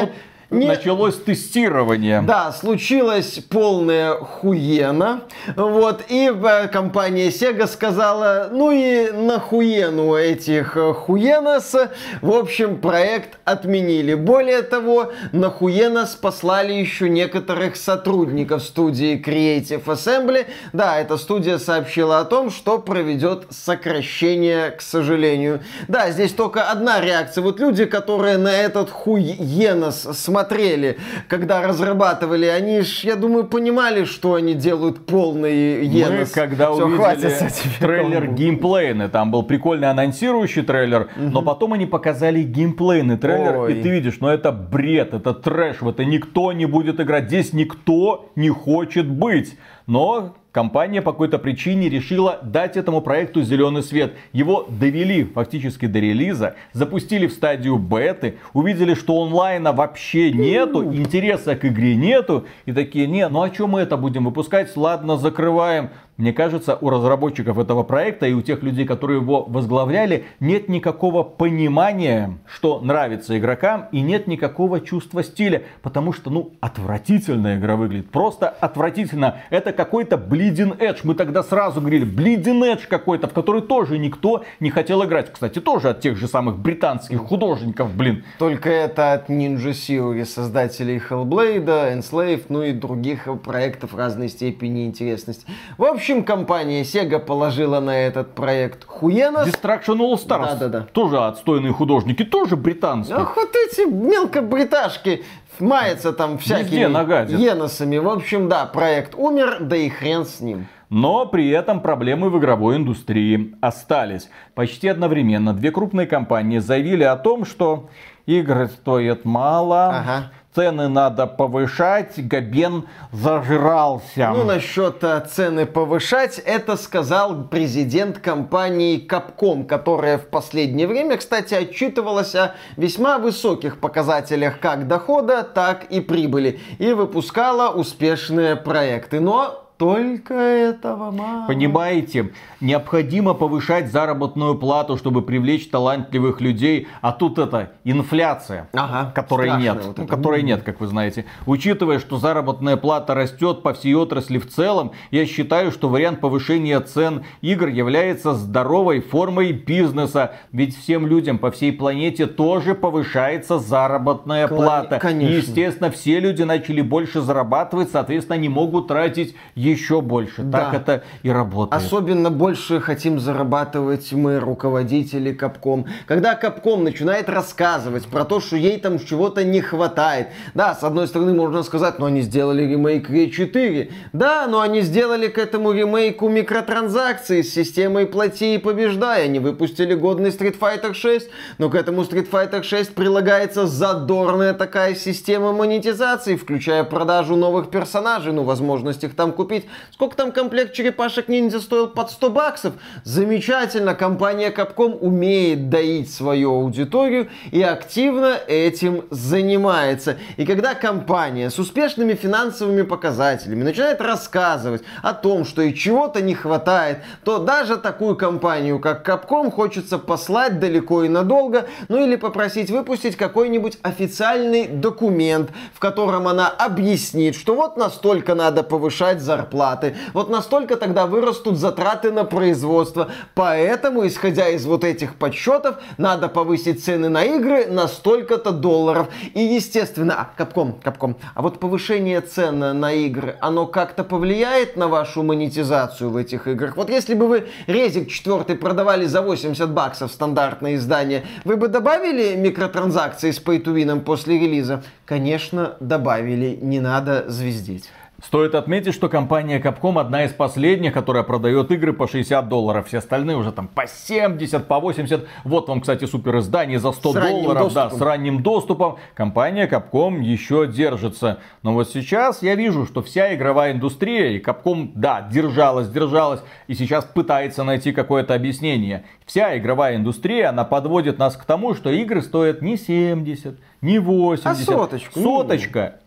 Не... Началось тестирование. Да, случилась полная хуена. Вот, и компания Sega сказала, ну и нахуену этих хуенос. В общем, проект отменили. Более того, на хуенос послали еще некоторых сотрудников студии Creative Assembly. Да, эта студия сообщила о том, что проведет сокращение, к сожалению. Да, здесь только одна реакция. Вот люди, которые на этот хуенос смотрели, смотрели, когда разрабатывали, они ж, я думаю, понимали, что они делают полный енос. Мы, когда Всё, увидели трейлер геймплейный, там был прикольный анонсирующий трейлер, угу. но потом они показали геймплейный трейлер, Ой. и ты видишь, ну это бред, это трэш, в это никто не будет играть, здесь никто не хочет быть. Но компания по какой-то причине решила дать этому проекту зеленый свет. Его довели фактически до релиза, запустили в стадию беты, увидели, что онлайна вообще нету, интереса к игре нету. И такие, не, ну а что мы это будем выпускать? Ладно, закрываем. Мне кажется, у разработчиков этого проекта и у тех людей, которые его возглавляли, нет никакого понимания, что нравится игрокам, и нет никакого чувства стиля. Потому что, ну, отвратительная игра выглядит. Просто отвратительно. Это какой-то Bleeding Edge. Мы тогда сразу говорили, Bleeding Edge какой-то, в который тоже никто не хотел играть. Кстати, тоже от тех же самых британских художников, блин. Только это от Ninja Theory, создателей Hellblade, Enslaved, ну и других проектов разной степени интересности. В общем, В общем, компания Sega положила на этот проект хуенос. Destruction All Stars. Да, да, да. Тоже отстойные художники, тоже британские. Ах, вот эти мелкобриташки маятся там всякими еносами. В общем, да, проект умер, да и хрен с ним. Но при этом проблемы в игровой индустрии остались. Почти одновременно две крупные компании заявили о том, что игры стоят мало. Ага. Цены надо повышать, Габен зажрался. Ну, насчет цены повышать, это сказал президент компании Capcom, которая в последнее время, кстати, отчитывалась о весьма высоких показателях как дохода, так и прибыли. И выпускала успешные проекты. Но только этого мало. Понимаете, необходимо повышать заработную плату, чтобы привлечь талантливых людей, а тут это инфляция, ага, которой нет, вот ну, которой нет, как вы знаете. Учитывая, что заработная плата растет по всей отрасли в целом, я считаю, что вариант повышения цен игр является здоровой формой бизнеса, ведь всем людям по всей планете тоже повышается заработная Кла- плата. Конечно. И, естественно, все люди начали больше зарабатывать, соответственно, они могут тратить еще больше. Да. Так это и работает. Особенно больше хотим зарабатывать мы, руководители Capcom. Когда Capcom начинает рассказывать про то, что ей там чего-то не хватает. Да, с одной стороны можно сказать, но они сделали ремейк ви четыре. Да, но они сделали к этому ремейку микротранзакции с системой плати и побеждай. Они выпустили годный Street Fighter шесть, но к этому Street Fighter шесть прилагается задорная такая система монетизации, включая продажу новых персонажей, ну, возможность их там купить. Сколько там комплект черепашек-ниндзя стоил? Под сто баксов? Замечательно, компания Capcom умеет доить свою аудиторию и активно этим занимается. И когда компания с успешными финансовыми показателями начинает рассказывать о том, что и чего-то не хватает, то даже такую компанию, как Capcom, хочется послать далеко и надолго, ну или попросить выпустить какой-нибудь официальный документ, в котором она объяснит, что вот настолько надо повышать зарплату, зарплаты. Вот настолько тогда вырастут затраты на производство. Поэтому, исходя из вот этих подсчетов, надо повысить цены на игры на столько-то долларов. И, естественно, а, Capcom, Capcom, а вот повышение цен на игры, оно как-то повлияет на вашу монетизацию в этих играх? Вот если бы вы Резик четыре продавали за восемьдесят баксов стандартное издание, вы бы добавили микротранзакции с Pay to Win после релиза? Конечно, добавили. Не надо звездить. Стоит отметить, что компания Capcom одна из последних, которая продает игры по шестьдесят долларов. Все остальные уже там по семьдесят, по восемьдесят. Вот вам, кстати, супер издание за сто долларов, да, с ранним доступом. Компания Capcom еще держится. Но вот сейчас я вижу, что вся игровая индустрия, и Capcom, да, держалась, держалась, и сейчас пытается найти какое-то объяснение. Вся игровая индустрия, она подводит нас к тому, что игры стоят не семьдесят, не восемьдесят. А соточку. Соточка.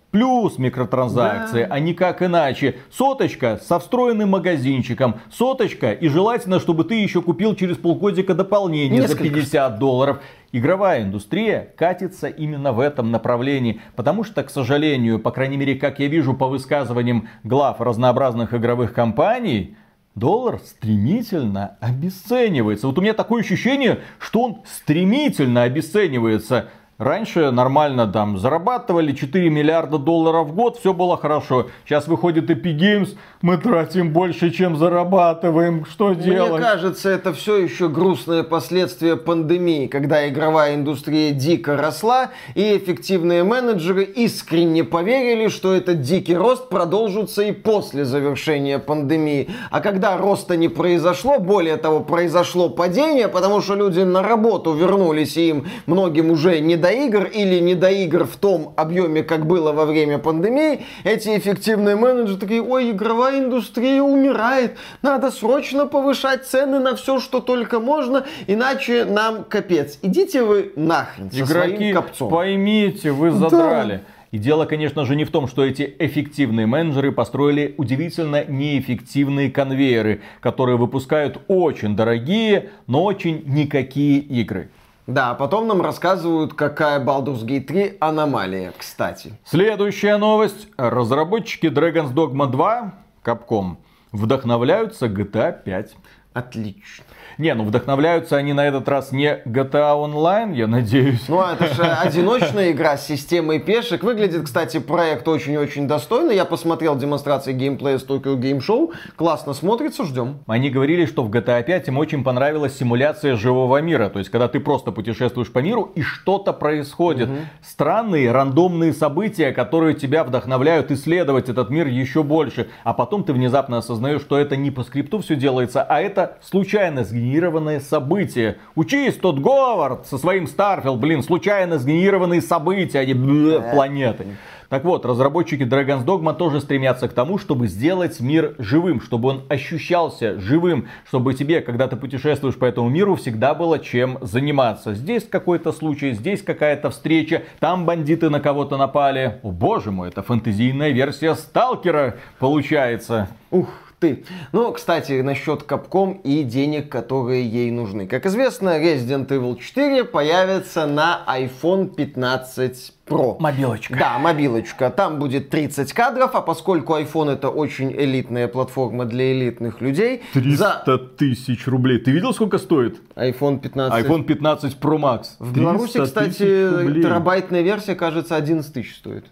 Плюс микротранзакции, да. А никак иначе. Соточка со встроенным магазинчиком. Соточка, и желательно, чтобы ты еще купил через полгодика дополнение Несколько. за пятьдесят долларов. Игровая индустрия катится именно в этом направлении. Потому что, к сожалению, по крайней мере, как я вижу по высказываниям глав разнообразных игровых компаний, доллар стремительно обесценивается. Вот у меня такое ощущение, что он стремительно обесценивается. Раньше нормально там зарабатывали четыре миллиарда долларов в год, все было хорошо. Сейчас выходит Epic Games, мы тратим больше, чем зарабатываем. Что делать? Мне кажется, это все еще грустные последствия пандемии, когда игровая индустрия дико росла, и эффективные менеджеры искренне поверили, что этот дикий рост продолжится и после завершения пандемии. А когда роста не произошло, более того, произошло падение, потому что люди на работу вернулись, и им многим уже не до игр или не до игр в том объеме, как было во время пандемии, эти эффективные менеджеры такие: ой, игровая индустрия умирает, надо срочно повышать цены на все, что только можно, иначе нам капец. Идите вы нахрен со Игроки, своим копцом. Поймите, вы задрали. Да. И дело, конечно же, не в том, что эти эффективные менеджеры построили удивительно неэффективные конвейеры, которые выпускают очень дорогие, но очень никакие игры. Да, потом нам рассказывают, какая Baldur's Gate три аномалия, кстати. Следующая новость. Разработчики Dragon's Dogma два, Capcom, вдохновляются джи ти эй пять. Отлично. Не, ну вдохновляются они на этот раз не джи ти эй Online, я надеюсь. Ну, это же одиночная игра с системой пешек. Выглядит, кстати, проект очень-очень достойно. Я посмотрел демонстрации геймплея с Tokyo Game Show. Классно смотрится, ждем. Они говорили, что в джи ти эй пять им очень понравилась симуляция живого мира. То есть, когда ты просто путешествуешь по миру и что-то происходит. Угу. Странные, рандомные события, которые тебя вдохновляют исследовать этот мир еще больше. А потом ты внезапно осознаешь, что это не по скрипту все делается, а это случайно сгенерированное событие. Учись, тот Говард со своим Starfield, блин, случайно сгенерированные события, а не блэ, планеты. Так вот, разработчики Dragon's Dogma тоже стремятся к тому, чтобы сделать мир живым, чтобы он ощущался живым, чтобы тебе, когда ты путешествуешь по этому миру, всегда было чем заниматься. Здесь какой-то случай, здесь какая-то встреча, там бандиты на кого-то напали. О боже мой, это фэнтезийная версия Сталкера получается. Ух ты. Ну, кстати, насчет Capcom и денег, которые ей нужны. Как известно, Resident Evil четыре появится на iPhone пятнадцать Pro. Мобилочка. Да, мобилочка. Там будет тридцать кадров, а поскольку iPhone это очень элитная платформа для элитных людей... триста за... тысяч рублей. Ты видел, сколько стоит? iPhone пятнадцать. iPhone пятнадцать Pro Max. В Беларуси, кстати, терабайтная версия, кажется, одиннадцать тысяч стоит.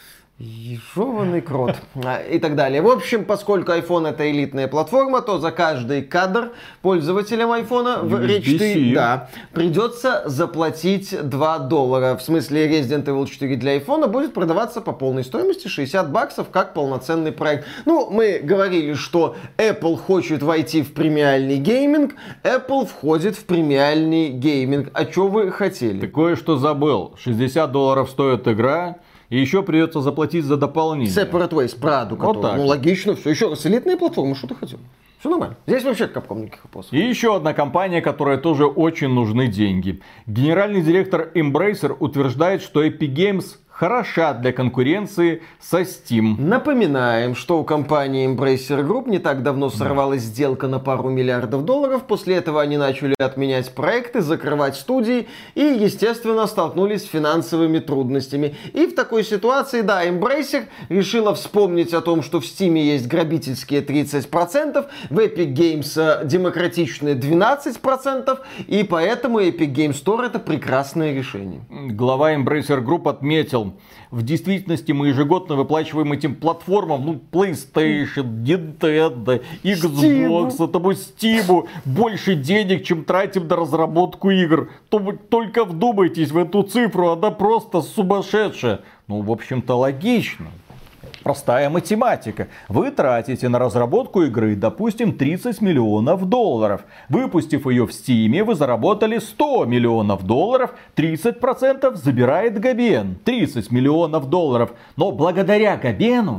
Ежованный крот. И так далее. В общем, поскольку iPhone это элитная платформа, то за каждый кадр пользователям iPhone в Эр четыре да, придется заплатить два доллара. В смысле, Resident Evil четыре для iPhone будет продаваться по полной стоимости шестьдесят баксов, как полноценный проект. Ну, мы говорили, что Apple хочет войти в премиальный гейминг. Apple входит в премиальный гейминг. А что вы хотели? Ты кое-что забыл. шестьдесят долларов стоит игра. И еще придется заплатить за дополнение. Separate Ways, Праду, вот ну логично, все. Еще раз, элитная платформа, что ты хотел? Все нормально. Здесь вообще к Capcom никаких вопросов. И еще одна компания, которой тоже очень нужны деньги. Генеральный директор Embracer утверждает, что Epic Games хороша для конкуренции со Steam. Напоминаем, что у компании Embracer Group не так давно сорвалась да. сделка на пару миллиардов долларов. После этого они начали отменять проекты, закрывать студии и, естественно, столкнулись с финансовыми трудностями. И в такой ситуации, да, Embracer решила вспомнить о том, что в Steam есть грабительские тридцать процентов, в Epic Games демократичные двенадцать процентов, и поэтому Epic Games Store это прекрасное решение. Глава Embracer Group отметил: в действительности мы ежегодно выплачиваем этим платформам, ну, PlayStation, Nintendo, Xbox, Steam. Тому Steam, больше денег, чем тратим на разработку игр. То вы только вдумайтесь в эту цифру, она просто сумасшедшая. Ну, в общем-то, логично. Простая математика. Вы тратите на разработку игры, допустим, тридцать миллионов долларов. Выпустив ее в Steam, вы заработали сто миллионов долларов. тридцать процентов забирает Габен. тридцать миллионов долларов. Но благодаря Габену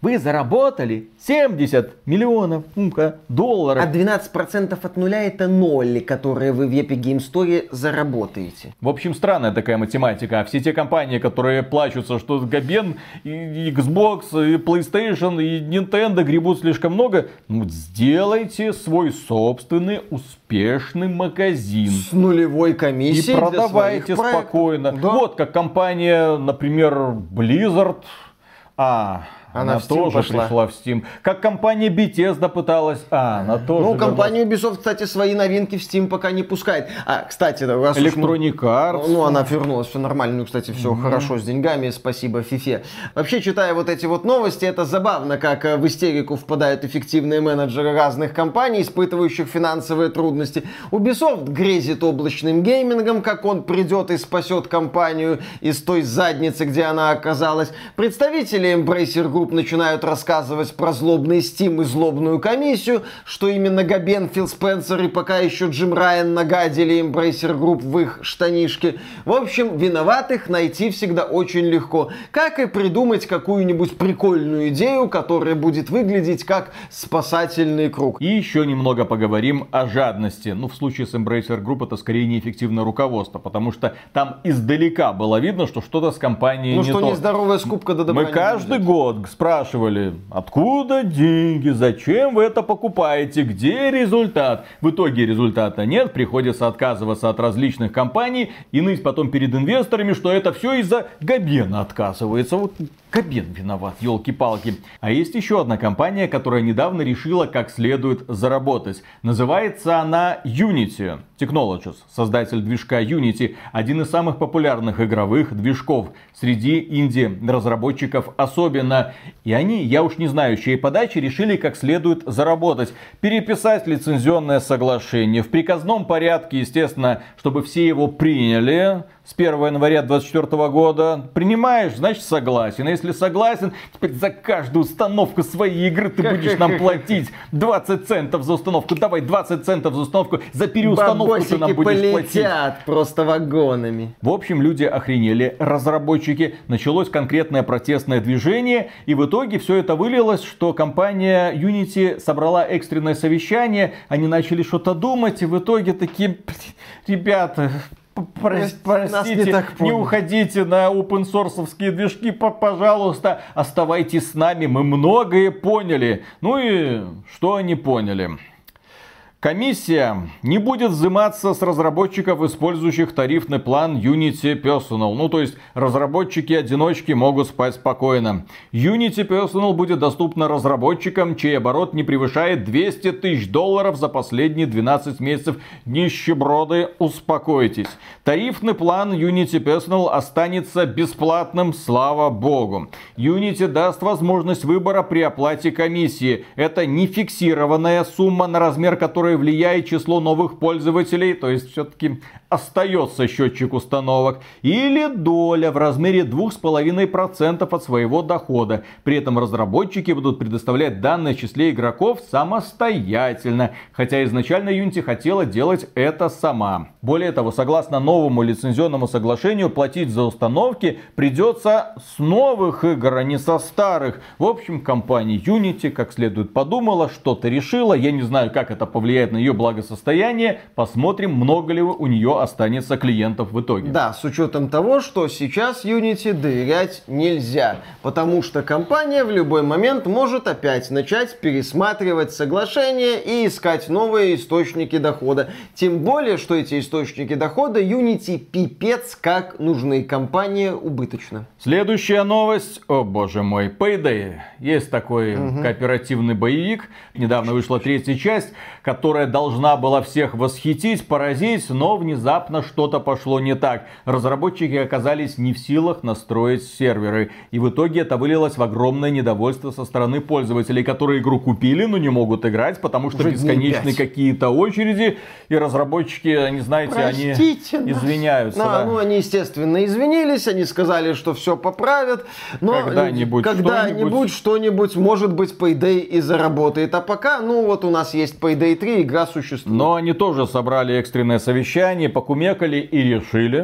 вы заработали семьдесят миллионов долларов. А двенадцать процентов от нуля это ноль, которые вы в Epic Game Store заработаете. В общем, странная такая математика. А все те компании, которые плачутся, что Габен, и Xbox, и PlayStation, и Nintendo гребут слишком много, ну сделайте свой собственный успешный магазин. С нулевой комиссией. И продавайте спокойно. Да. Вот как компания, например, Blizzard. А, она, она тоже пошла. пришла в Steam. Как компания Bethesda пыталась. А, она тоже. Ну, компания Ubisoft, кстати, свои новинки в Steam пока не пускает. А, кстати, раз Electronic Arts. Ну, она вернулась, все нормально. Ну, кстати, все mm-hmm. хорошо с деньгами, спасибо FIFA. Вообще, читая вот эти вот новости, это забавно, как в истерику впадают эффективные менеджеры разных компаний, испытывающих финансовые трудности. Ubisoft грезит облачным геймингом, как он придет и спасет компанию из той задницы, где она оказалась. Представители Embracer Group начинают рассказывать про злобный Steam и злобную комиссию, что именно Габен, Фил Спенсер и пока еще Джим Райан нагадили Embracer Group в их штанишки. В общем, виноватых найти всегда очень легко. Как и придумать какую-нибудь прикольную идею, которая будет выглядеть как спасательный круг. И еще немного поговорим о жадности. Ну, в случае с Embracer Group это скорее неэффективное руководство, потому что там издалека было видно, что что-то с компанией ну, не то. Ну, что нездоровая скупка до добра. Мы каждый год спрашивали, откуда деньги, зачем вы это покупаете, где результат. В итоге результата нет, приходится отказываться от различных компаний и ныть потом перед инвесторами, что это все из-за Габена отказывается. Вот Габен виноват, елки-палки. А есть еще одна компания, которая недавно решила, как следует заработать. Называется она Unity Technologies, создатель движка Unity, один из самых популярных игровых движков среди инди-разработчиков особенно. И они, я уж не знаю, чьей подачи, решили как следует заработать. Переписать лицензионное соглашение в приказном порядке, естественно, чтобы все его приняли. С первого января две тысячи двадцать четвёртого года. Принимаешь, значит согласен. А если согласен, теперь за каждую установку своей игры ты будешь нам платить двадцать центов за установку. Давай двадцать центов за установку. За переустановку бабосики ты нам будешь полетят платить. Просто вагонами. В общем, люди охренели, разработчики. Началось конкретное протестное движение. И в итоге все это вылилось, что компания Unity собрала экстренное совещание. Они начали что-то думать. И в итоге такие, ребята... Простите, простите, не, не уходите на опенсорсовские движки, пожалуйста, оставайтесь с нами, мы многое поняли. Ну и что они поняли? Комиссия не будет взиматься с разработчиков, использующих тарифный план Unity Personal. Ну, то есть, разработчики-одиночки могут спать спокойно. Unity Personal будет доступна разработчикам, чей оборот не превышает двести тысяч долларов за последние двенадцать месяцев. Нищеброды, успокойтесь. Тарифный план Unity Personal останется бесплатным, слава богу. Unity даст возможность выбора при оплате комиссии. Это не фиксированная сумма, на размер которой влияет число новых пользователей, то есть все-таки остается счетчик установок, или доля в размере два с половиной процента от своего дохода. При этом разработчики будут предоставлять данные о числе игроков самостоятельно, хотя изначально Unity хотела делать это сама. Более того, согласно новому лицензионному соглашению, платить за установки придется с новых игр, а не со старых. В общем, компания Unity как следует подумала, что-то решила, я не знаю, как это повлияет на ее благосостояние, посмотрим, много ли у нее останется клиентов в итоге. Да, с учетом того, что сейчас Unity доверять нельзя, потому что компания в любой момент может опять начать пересматривать соглашение и искать новые источники дохода. Тем более, что эти источники дохода Unity пипец как нужны. Компания убыточна. Следующая новость, о боже мой, Payday. Есть такой угу. кооперативный боевик, недавно вышла третья часть, которая должна была всех восхитить, поразить, но внезапно что-то пошло не так. Разработчики оказались не в силах настроить серверы. И в итоге это вылилось в огромное недовольство со стороны пользователей, которые игру купили, но не могут играть, потому что бесконечные какие-то очереди. И разработчики, не знаете, Простите они нас. извиняются. Да, да. Ну, они, естественно, извинились, они сказали, что все поправят. Но когда-нибудь, когда-нибудь что-нибудь, может быть, Payday и заработает. А пока, ну вот у нас есть Payday три, игра существует. Но они тоже собрали экстренное совещание, покумекали и решили,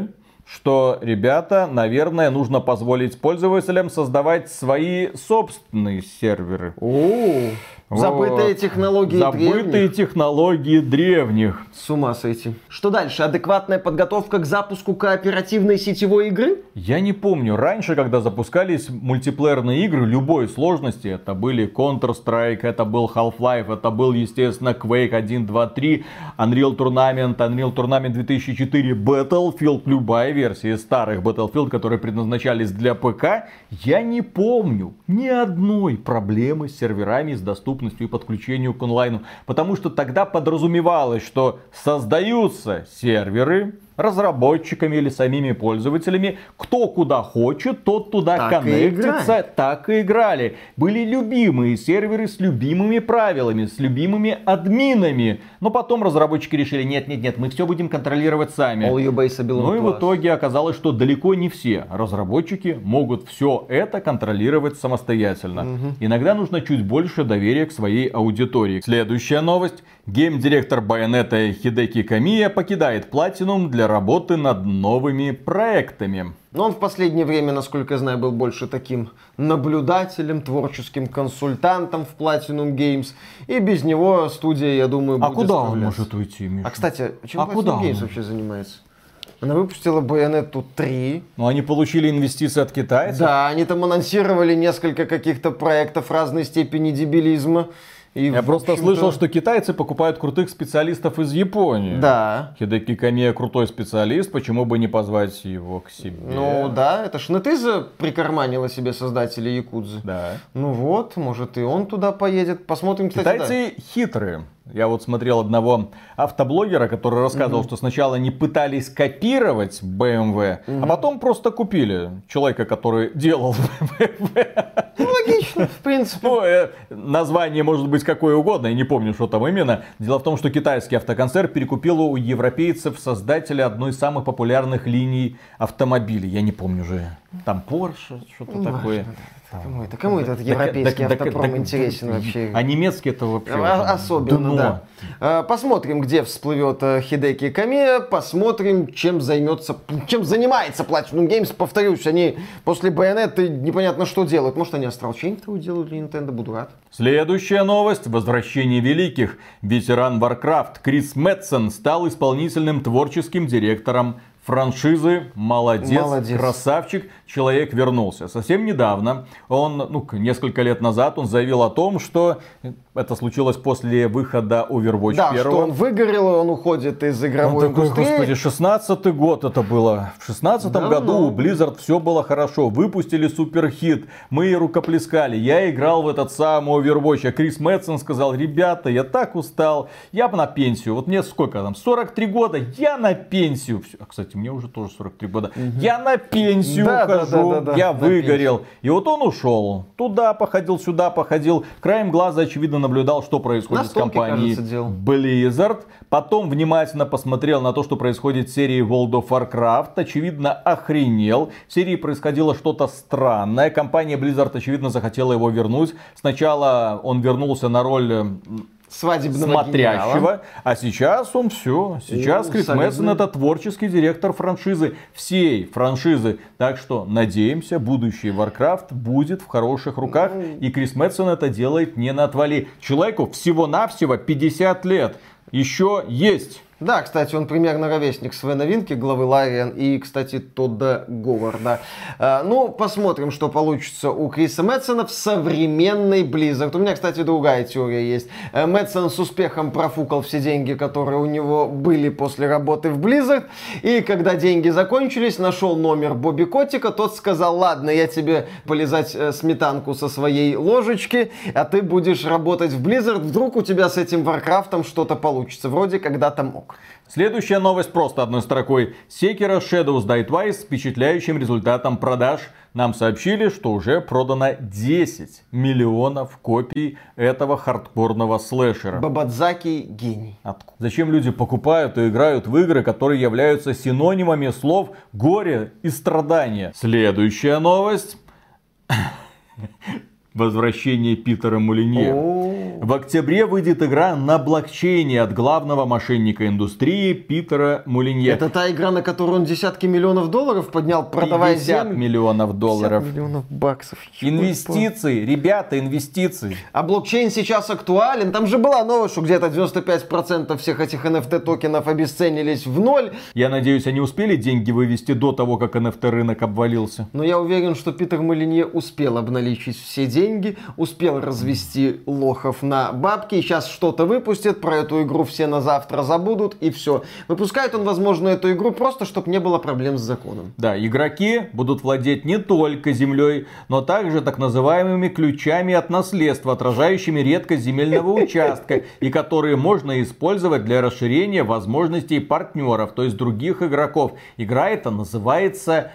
что, ребята, наверное, нужно позволить пользователям создавать свои собственные серверы. О, забытые технологии Забытые древних. технологии древних. С ума сойти. Что дальше? Адекватная подготовка к запуску кооперативной сетевой игры? Я не помню, раньше, когда запускались мультиплеерные игры любой сложности, это были Counter-Strike, это был Half-Life, это был, естественно, Quake один, два, три, Unreal Tournament, Unreal Tournament две тысячи четыре, Battlefield, любая версия из старых Battlefield, которые предназначались для ПК, я не помню ни одной проблемы с серверами, с доступностью и подключению к онлайну. Потому что тогда подразумевалось, что создаются серверы разработчиками или самими пользователями. Кто куда хочет, тот туда Так и коннектится. Так и играли. Были любимые серверы с любимыми правилами, с любимыми админами. Но потом разработчики решили, нет-нет-нет, мы все будем контролировать сами. All you base belong Ну и to в us. итоге оказалось, что далеко не все разработчики могут все это контролировать самостоятельно. Угу. Иногда нужно чуть больше доверия к своей аудитории. Следующая новость. Гейм-директор Байонетта Хидеки Камия покидает Platinum для работы над новыми проектами. Но он в последнее время, насколько я знаю, был больше таким наблюдателем, творческим консультантом в Platinum Games. И без него студия, я думаю, будет А куда он справляться. может уйти, Миша? А, кстати, чем А Platinum куда Games он? вообще занимается? Она выпустила Bayonetta три. Ну, они получили инвестиции от китайцев. Да, они там анонсировали несколько каких-то проектов разной степени дебилизма. И, Я в просто общем-то, слышал, что китайцы покупают крутых специалистов из Японии. Да. Хидеки Камия крутой специалист, почему бы не позвать его к себе? Ну да, это ж Нетыза прикарманила себе создателя Якудзы. Да. Ну вот, может и он туда поедет. Посмотрим, кстати, Китайцы хитрые. Я вот смотрел одного автоблогера, который рассказывал, Мгм. что сначала они пытались копировать бэ эм вэ, а потом просто купили человека, который делал бэ эм вэ. да. Ну, логично, в принципе. Ну, э, название может быть какое угодно, я не помню, что там именно. Дело в том, что китайский автоконцерн перекупил у европейцев создателя одной из самых популярных линий автомобилей. Я не помню же. Там Porsche, что-то Ну, такое. Кому это, кому этот Так- европейский так- так- автопром так- интересен вообще? А немецкий это вообще А- уже Особенно, дно. да. А, Посмотрим, где всплывет э, Хидеки Камия, посмотрим, чем займется, чем занимается Platinum Games. Повторюсь, они после Bayonetta непонятно что делают. Может, они Astral Chain вторую делают для Nintendo, буду рад. Следующая новость. Возвращение великих. Ветеран Warcraft Крис Мэтсон стал исполнительным творческим директором франшизы. Молодец, Молодец. красавчик, человек вернулся. Совсем недавно, он, ну, несколько лет назад, он заявил о том, что это случилось после выхода Overwatch Да, первого. что он выгорел, и он уходит из Он игровой такой, индустрии. господи, шестнадцатый год это было. В шестнадцатом Давно. году у Blizzard все было хорошо. Выпустили суперхит. Мы рукоплескали. Я играл в этот самый Overwatch. А Крис Мэтсон сказал, ребята, я так устал. Я бы на пенсию. Вот мне сколько там? сорок три года. Я на пенсию. Всё. А, кстати, мне уже тоже сорок три года. Я на пенсию Да, да, ухожу. да, да, да, я на выгорел. И вот он ушел. Туда походил, сюда походил. Краем глаза, очевидно, наблюдал, что происходит На с столке, компанией кажется, делал. Blizzard. Потом внимательно посмотрел на то, что происходит в серии World of Warcraft. Очевидно, охренел. В серии происходило что-то странное. Компания Blizzard, очевидно, захотела его вернуть. Сначала он вернулся на роль м, Свадебного генерала. смотрящего, а сейчас он все. Сейчас О, Крис солидно. Мэтсон это творческий директор франшизы. Всей франшизы. Так что, надеемся, будущий Warcraft будет в хороших руках. Ну. И Крис Мэтсон это делает не на отвали. Человеку всего-навсего пятьдесят лет. Еще есть. Да, кстати, он примерно ровесник Свена Винки, главы Лариан, и, кстати, Тодда Говарда. А, ну, посмотрим, что получится у Криса Мэтсона в современной Blizzard. У меня, кстати, другая теория есть. Э, Мэтсон с успехом профукал все деньги, которые у него были после работы в Blizzard, и когда деньги закончились, нашел номер Бобби Котика, тот сказал, ладно, я тебе полизать э, сметанку со своей ложечки, а ты будешь работать в Blizzard, вдруг у тебя с этим Варкрафтом что-то получится, вроде когда-то мог. Следующая новость просто одной строкой. Sekiro Shadows Die Twice с впечатляющим результатом продаж. Нам сообщили, что уже продано десять миллионов копий этого хардкорного слэшера. Бабадзаки гений. Откуда? Зачем люди покупают и играют в игры, которые являются синонимами слов горе и страдания? Следующая новость. Возвращение Питера Молинье. В октябре выйдет игра на блокчейне от главного мошенника индустрии Питера Молинье. Это та игра, на которую он десятки миллионов долларов поднял, продавая пятьдесят землю? миллионов долларов. пятьдесят миллионов баксов. Инвестиции, ребята, инвестиции. А блокчейн сейчас актуален. Там же была новость, что где-то девяносто пять процентов всех этих эн эф ти токенов обесценились в ноль. Я надеюсь, они успели деньги вывести до того, как эн эф ти рынок обвалился. Но я уверен, что Питер Молинье успел обналичить все деньги, успел развести лохов на бабки, и сейчас что-то выпустит, про эту игру все на завтра забудут, и все. Выпускает он, возможно, эту игру просто, чтобы не было проблем с законом. Да, игроки будут владеть не только землей, но также так называемыми ключами от наследства, отражающими редкость земельного участка, и которые можно использовать для расширения возможностей партнеров, то есть других игроков. Игра эта называется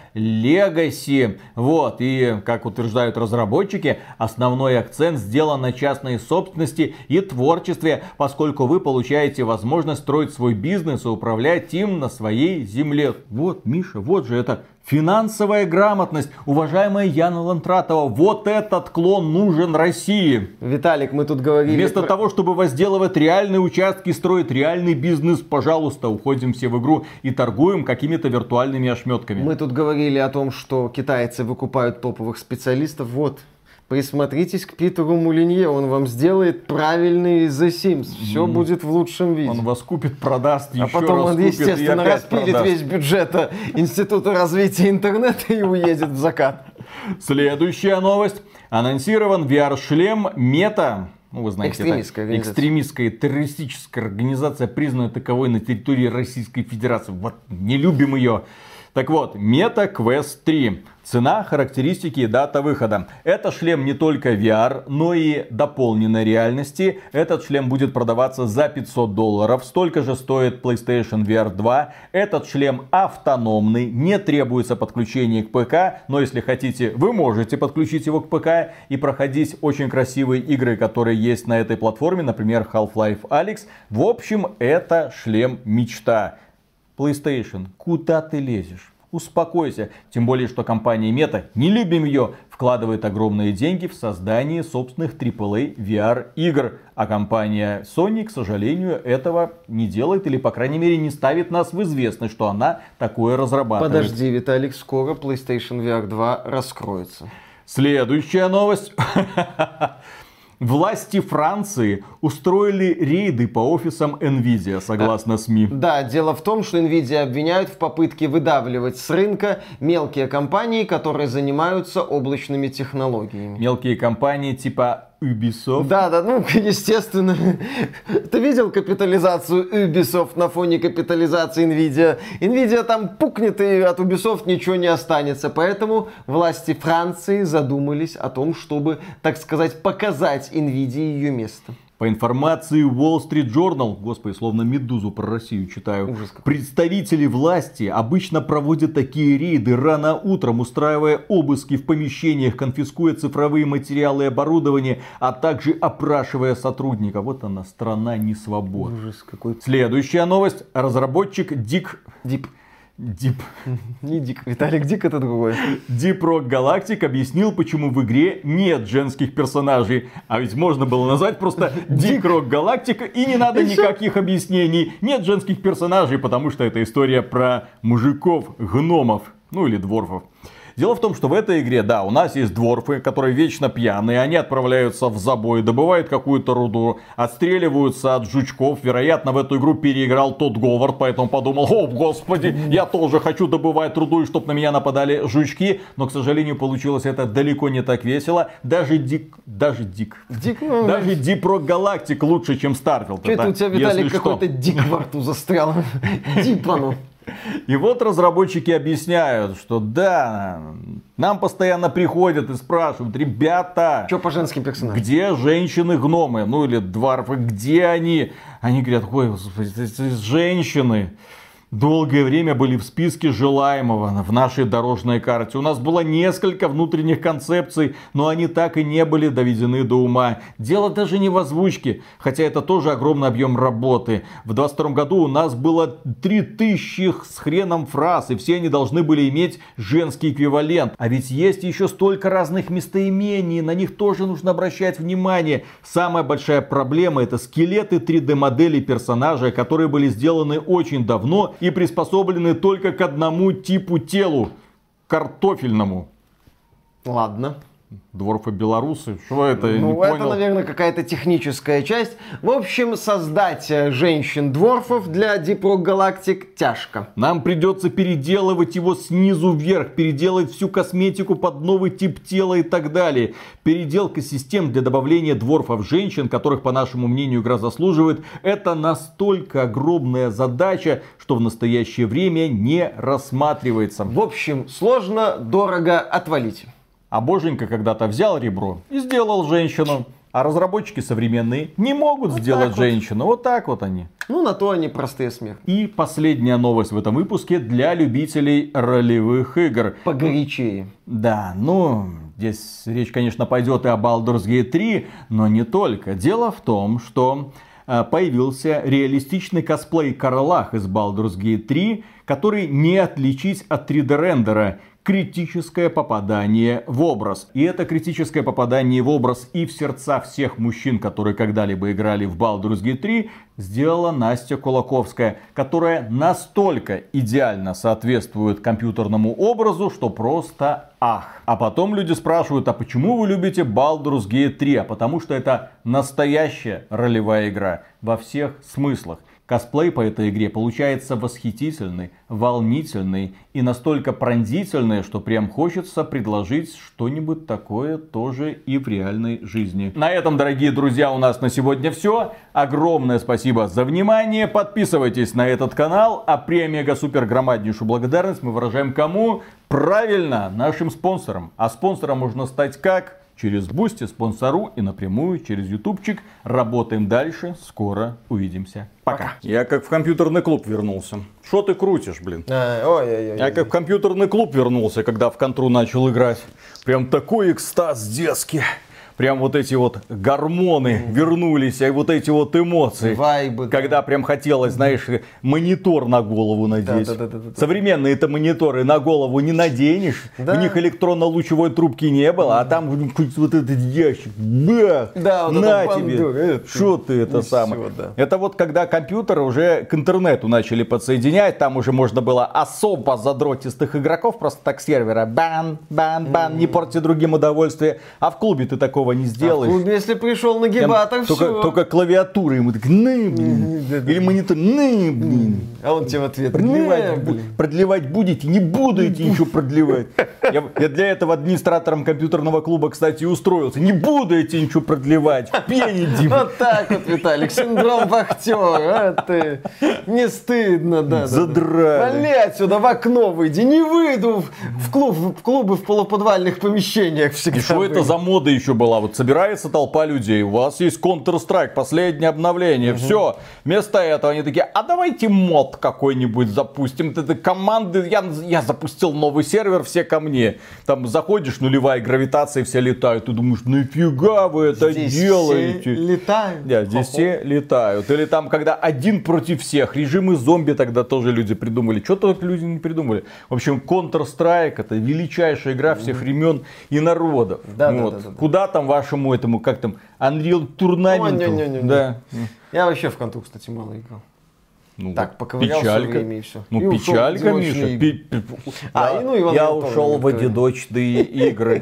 Legacy. Вот, и, как утверждают разработчики, основной акцент сделан на частной собственности и творчестве, поскольку вы получаете возможность строить свой бизнес и управлять им на своей земле. Вот, Миша, вот же это финансовая грамотность. Уважаемая Яна Лантратова, вот этот клон нужен России. Виталик, мы тут говорили... Вместо про... того, чтобы возделывать реальные участки, строить реальный бизнес, пожалуйста, уходим все в игру и торгуем какими-то виртуальными ошметками. Мы тут говорили о том, что китайцы выкупают топовых специалистов. Вот. Присмотритесь к Питеру Молинье, он вам сделает правильный The Sims. Все mm. будет в лучшем виде. Он вас купит, продаст, а еще потом раз он, купит, естественно, и опять распилит продаст. Весь бюджет Института развития интернета и уедет в закат. Следующая новость. Анонсирован ви ар-шлем Meta. Ну, вы знаете, экстремистская, это экстремистская террористическая организация, признанная таковой на территории Российской Федерации. Вот, не любим ее. Так вот, Meta Quest три. Цена, характеристики и дата выхода. Это шлем не только ви ар, но и дополненной реальности. Этот шлем будет продаваться за пятьсот долларов. Столько же стоит PlayStation ви ар два. Этот шлем автономный, не требуется подключение к ПК. Но если хотите, вы можете подключить его к ПК и проходить очень красивые игры, которые есть на этой платформе. Например, Half-Life Alyx. В общем, это шлем мечта. PlayStation, куда ты лезешь? Успокойся. Тем более, что компания Meta, не любим ее, вкладывает огромные деньги в создание собственных трипл эй ви ар игр. А компания Sony, к сожалению, этого не делает. Или, по крайней мере, не ставит нас в известность, что она такое разрабатывает. Подожди, Виталик, скоро PlayStation ви ар два раскроется. Следующая новость. Власти Франции устроили рейды по офисам Nvidia, согласно СМИ. Да, дело в том, что Nvidia обвиняют в попытке выдавливать с рынка мелкие компании, которые занимаются облачными технологиями. Мелкие компании типа Ubisoft. Да, да, ну, естественно. Ты видел капитализацию Ubisoft на фоне капитализации Nvidia? Nvidia там пукнет, и от Ubisoft ничего не останется. Поэтому власти Франции задумались о том, чтобы, так сказать, показать Nvidia ее место. По информации Wall Street Journal, господи, словно Медузу про Россию читаю, Ужас какой. Представители власти обычно проводят такие рейды рано утром, устраивая обыски в помещениях, конфискуя цифровые материалы и оборудование, а также опрашивая сотрудников. Вот она, страна несвободы. Ужас какой. Следующая новость. Разработчик Дик... Дип. Дип. Не Дик. Виталик, Дик это другой. Deep Rock Galactic объяснил, почему в игре нет женских персонажей. А ведь можно было назвать просто Deep Rock Galactic, и не надо никаких объяснений. Нет женских персонажей, потому что это история про мужиков, гномов, ну или дворфов. Дело в том, что в этой игре, да, у нас есть дворфы, которые вечно пьяные, они отправляются в забой, добывают какую-то руду, отстреливаются от жучков. Вероятно, в эту игру переиграл тот Говард, поэтому подумал: о, господи, я тоже хочу добывать руду, и чтобы на меня нападали жучки. Но, к сожалению, получилось это далеко не так весело. Даже Дик, даже Дик, Дик, ну, даже Deep Rock Galactic лучше, чем Starfield. Что это у тебя, Виталик, какой-то Дик во рту застрял? Дипа, ну. И вот разработчики объясняют, что да, нам постоянно приходят и спрашивают: ребята, что по женским персонажам? Где женщины-гномы? Ну или дварфы, где они? Они говорят: ой, господи, это женщины. долгое время были в списке желаемого в нашей дорожной карте. У нас было несколько внутренних концепций, но они так и не были доведены до ума. Дело даже не в озвучке, хотя это тоже огромный объем работы. В двадцать втором году у нас было три тысячи с хреном фраз, и все они должны были иметь женский эквивалент. А ведь есть еще столько разных местоимений, на них тоже нужно обращать внимание. Самая большая проблема — это скелеты три дэ моделей персонажей, которые были сделаны очень давно и приспособлены только к одному типу телу — картофельному. Ладно. Дворфы белорусы? Что это? Я ну, не это, понял. наверное, какая-то техническая часть. В общем, создать женщин-дворфов для Deep Rock Galactic тяжко. Нам придется переделывать его снизу вверх, переделать всю косметику под новый тип тела и так далее. Переделка систем для добавления дворфов женщин, которых, по нашему мнению, игра заслуживает, это настолько огромная задача, что в настоящее время не рассматривается. В общем, сложно, дорого, отвалить. А боженька когда-то взял ребро и сделал женщину. А разработчики современные не могут вот сделать женщину. Вот. вот так вот они. Ну, на то они простые смертные. И последняя новость в этом выпуске для любителей ролевых игр. Погорячее. Да, ну, здесь речь, конечно, пойдет и о Baldur's Gate три, но не только. Дело в том, что появился реалистичный косплей Карлах из Baldur's Gate три, который не отличить от три дэ рендера. Критическое попадание в образ. И это критическое попадание в образ и в сердца всех мужчин, которые когда-либо играли в Baldur's Gate три, сделала Настя Кулаковская, которая настолько идеально соответствует компьютерному образу, что просто ах. А потом люди спрашивают, а почему вы любите Baldur's Gate три? А потому что это настоящая ролевая игра во всех смыслах. Косплей по этой игре получается восхитительный, волнительный и настолько пронзительный, что прям хочется предложить что-нибудь такое тоже и в реальной жизни. На этом, дорогие друзья, у нас на сегодня все. Огромное спасибо за внимание. Подписывайтесь на этот канал. А премега-супер громаднейшую благодарность мы выражаем кому? Правильно, нашим спонсорам. А спонсором можно стать как? Через Бусти, спонсору и напрямую через ютубчик. Работаем дальше. Скоро увидимся. Пока. Я как в компьютерный клуб вернулся. Что ты крутишь, блин? А, ой, ой, ой, Я как в компьютерный клуб вернулся, когда в контру начал играть. Прям такой экстаз детский. Прям вот эти вот гормоны вернулись, и вот эти вот эмоции. Вайбы. Когда прям хотелось, знаешь, монитор на голову надеть. Да, да, да, да, да. Современные-то мониторы на голову не наденешь. Да. В них электронно-лучевой трубки не было, а там вот этот ящик. Бах! Да, вот на это тебе. бандур. Что ты это И самое? всё, да. Это вот когда компьютеры уже к интернету начали подсоединять, там уже можно было особо задротистых игроков просто так с сервера. Бан, бан, бан, mm. не порти другим удовольствие. А в клубе ты такого не сделаешь. А в клубе, если пришел нагибатор, все. Только, только клавиатура ему так, ну, блин. Или монитор, ну, блин. А он тебе в ответ, Продлевать, «Не, бу- блин». продлевать будете? Не будете ничего продлевать. Я, я для этого администратором компьютерного клуба, кстати, и устроился. Не будете ничего продлевать. Пените. Вот так вот, Виталик, синдром вахтера. А ты, не стыдно, да. Задрали. Вали отсюда, в окно выйди. Не выйду в, клуб, в клубы в полуподвальных помещениях всегда. И что это за мода еще была? Вот собирается толпа людей, у вас есть Counter-Strike, последнее обновление, угу. Все. Вместо этого они такие, а давайте мод какой-нибудь запустим. Это команды, я, я запустил новый сервер, все ко мне. Там заходишь, нулевая гравитация, все летают. Ты думаешь, нафига вы это здесь делаете? Все летают. Да, здесь все летают. Или там, когда один против всех. Режимы зомби тогда тоже люди придумали. Что только люди не придумали. В общем, Counter-Strike — это величайшая игра всех времен и народов. Да, вот. да, да, да, да. Куда там вашему этому, как там, Unreal Tournament? Ой, не, не, не, не. Да. Я вообще в конту, кстати, мало играл. Ну, Так, поковырял всё печалька. время и всё. Ну, И ушел в печалька, одиночные Миша. игры. Пи- пи- А, я и ну, Иван я Антонович ушел в тоже. одиночные игры.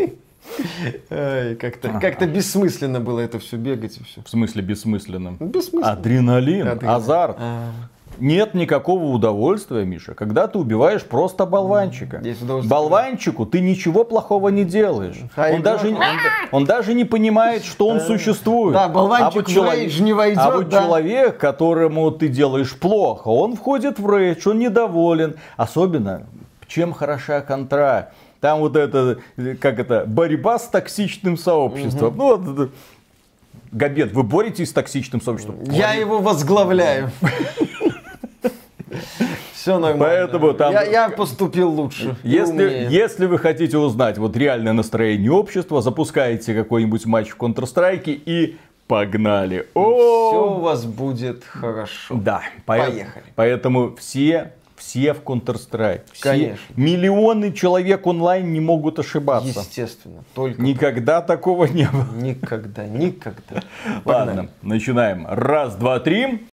Ай, как-то, как-то бессмысленно было это все бегать и все. В смысле бессмысленным? Бессмысленно. Адреналин, Адреналин. азарт. А. Нет никакого удовольствия, Миша, когда ты убиваешь просто болванчика. Есть удовольствие. Болванчику ты ничего плохого не делаешь. А Он игра- даже, он, он даже не понимает, что он существует. Да, болванчик а вот в человек, рейдж не войдет, а вот да. человек, которому ты делаешь плохо, он входит в рейдж, он недоволен. Особенно, чем хороша контра. Там вот это, как это, борьба с токсичным сообществом. Угу. Ну, вот это. Габет, вы боретесь с токсичным сообществом? Я его возглавляю. Все нормально. Поэтому там... я, я поступил лучше. Если, если вы хотите узнать вот реальное настроение общества, запускаете какой-нибудь матч в Counter-Strike и погнали. Все у вас будет хорошо. Да, поехали. Поэтому все... Все в Counter-Strike. Все. Конечно. Миллионы человек онлайн не могут ошибаться. Естественно. Только Никогда так. такого не было. Никогда, никогда. Ладно, начинаем. Раз, два, три.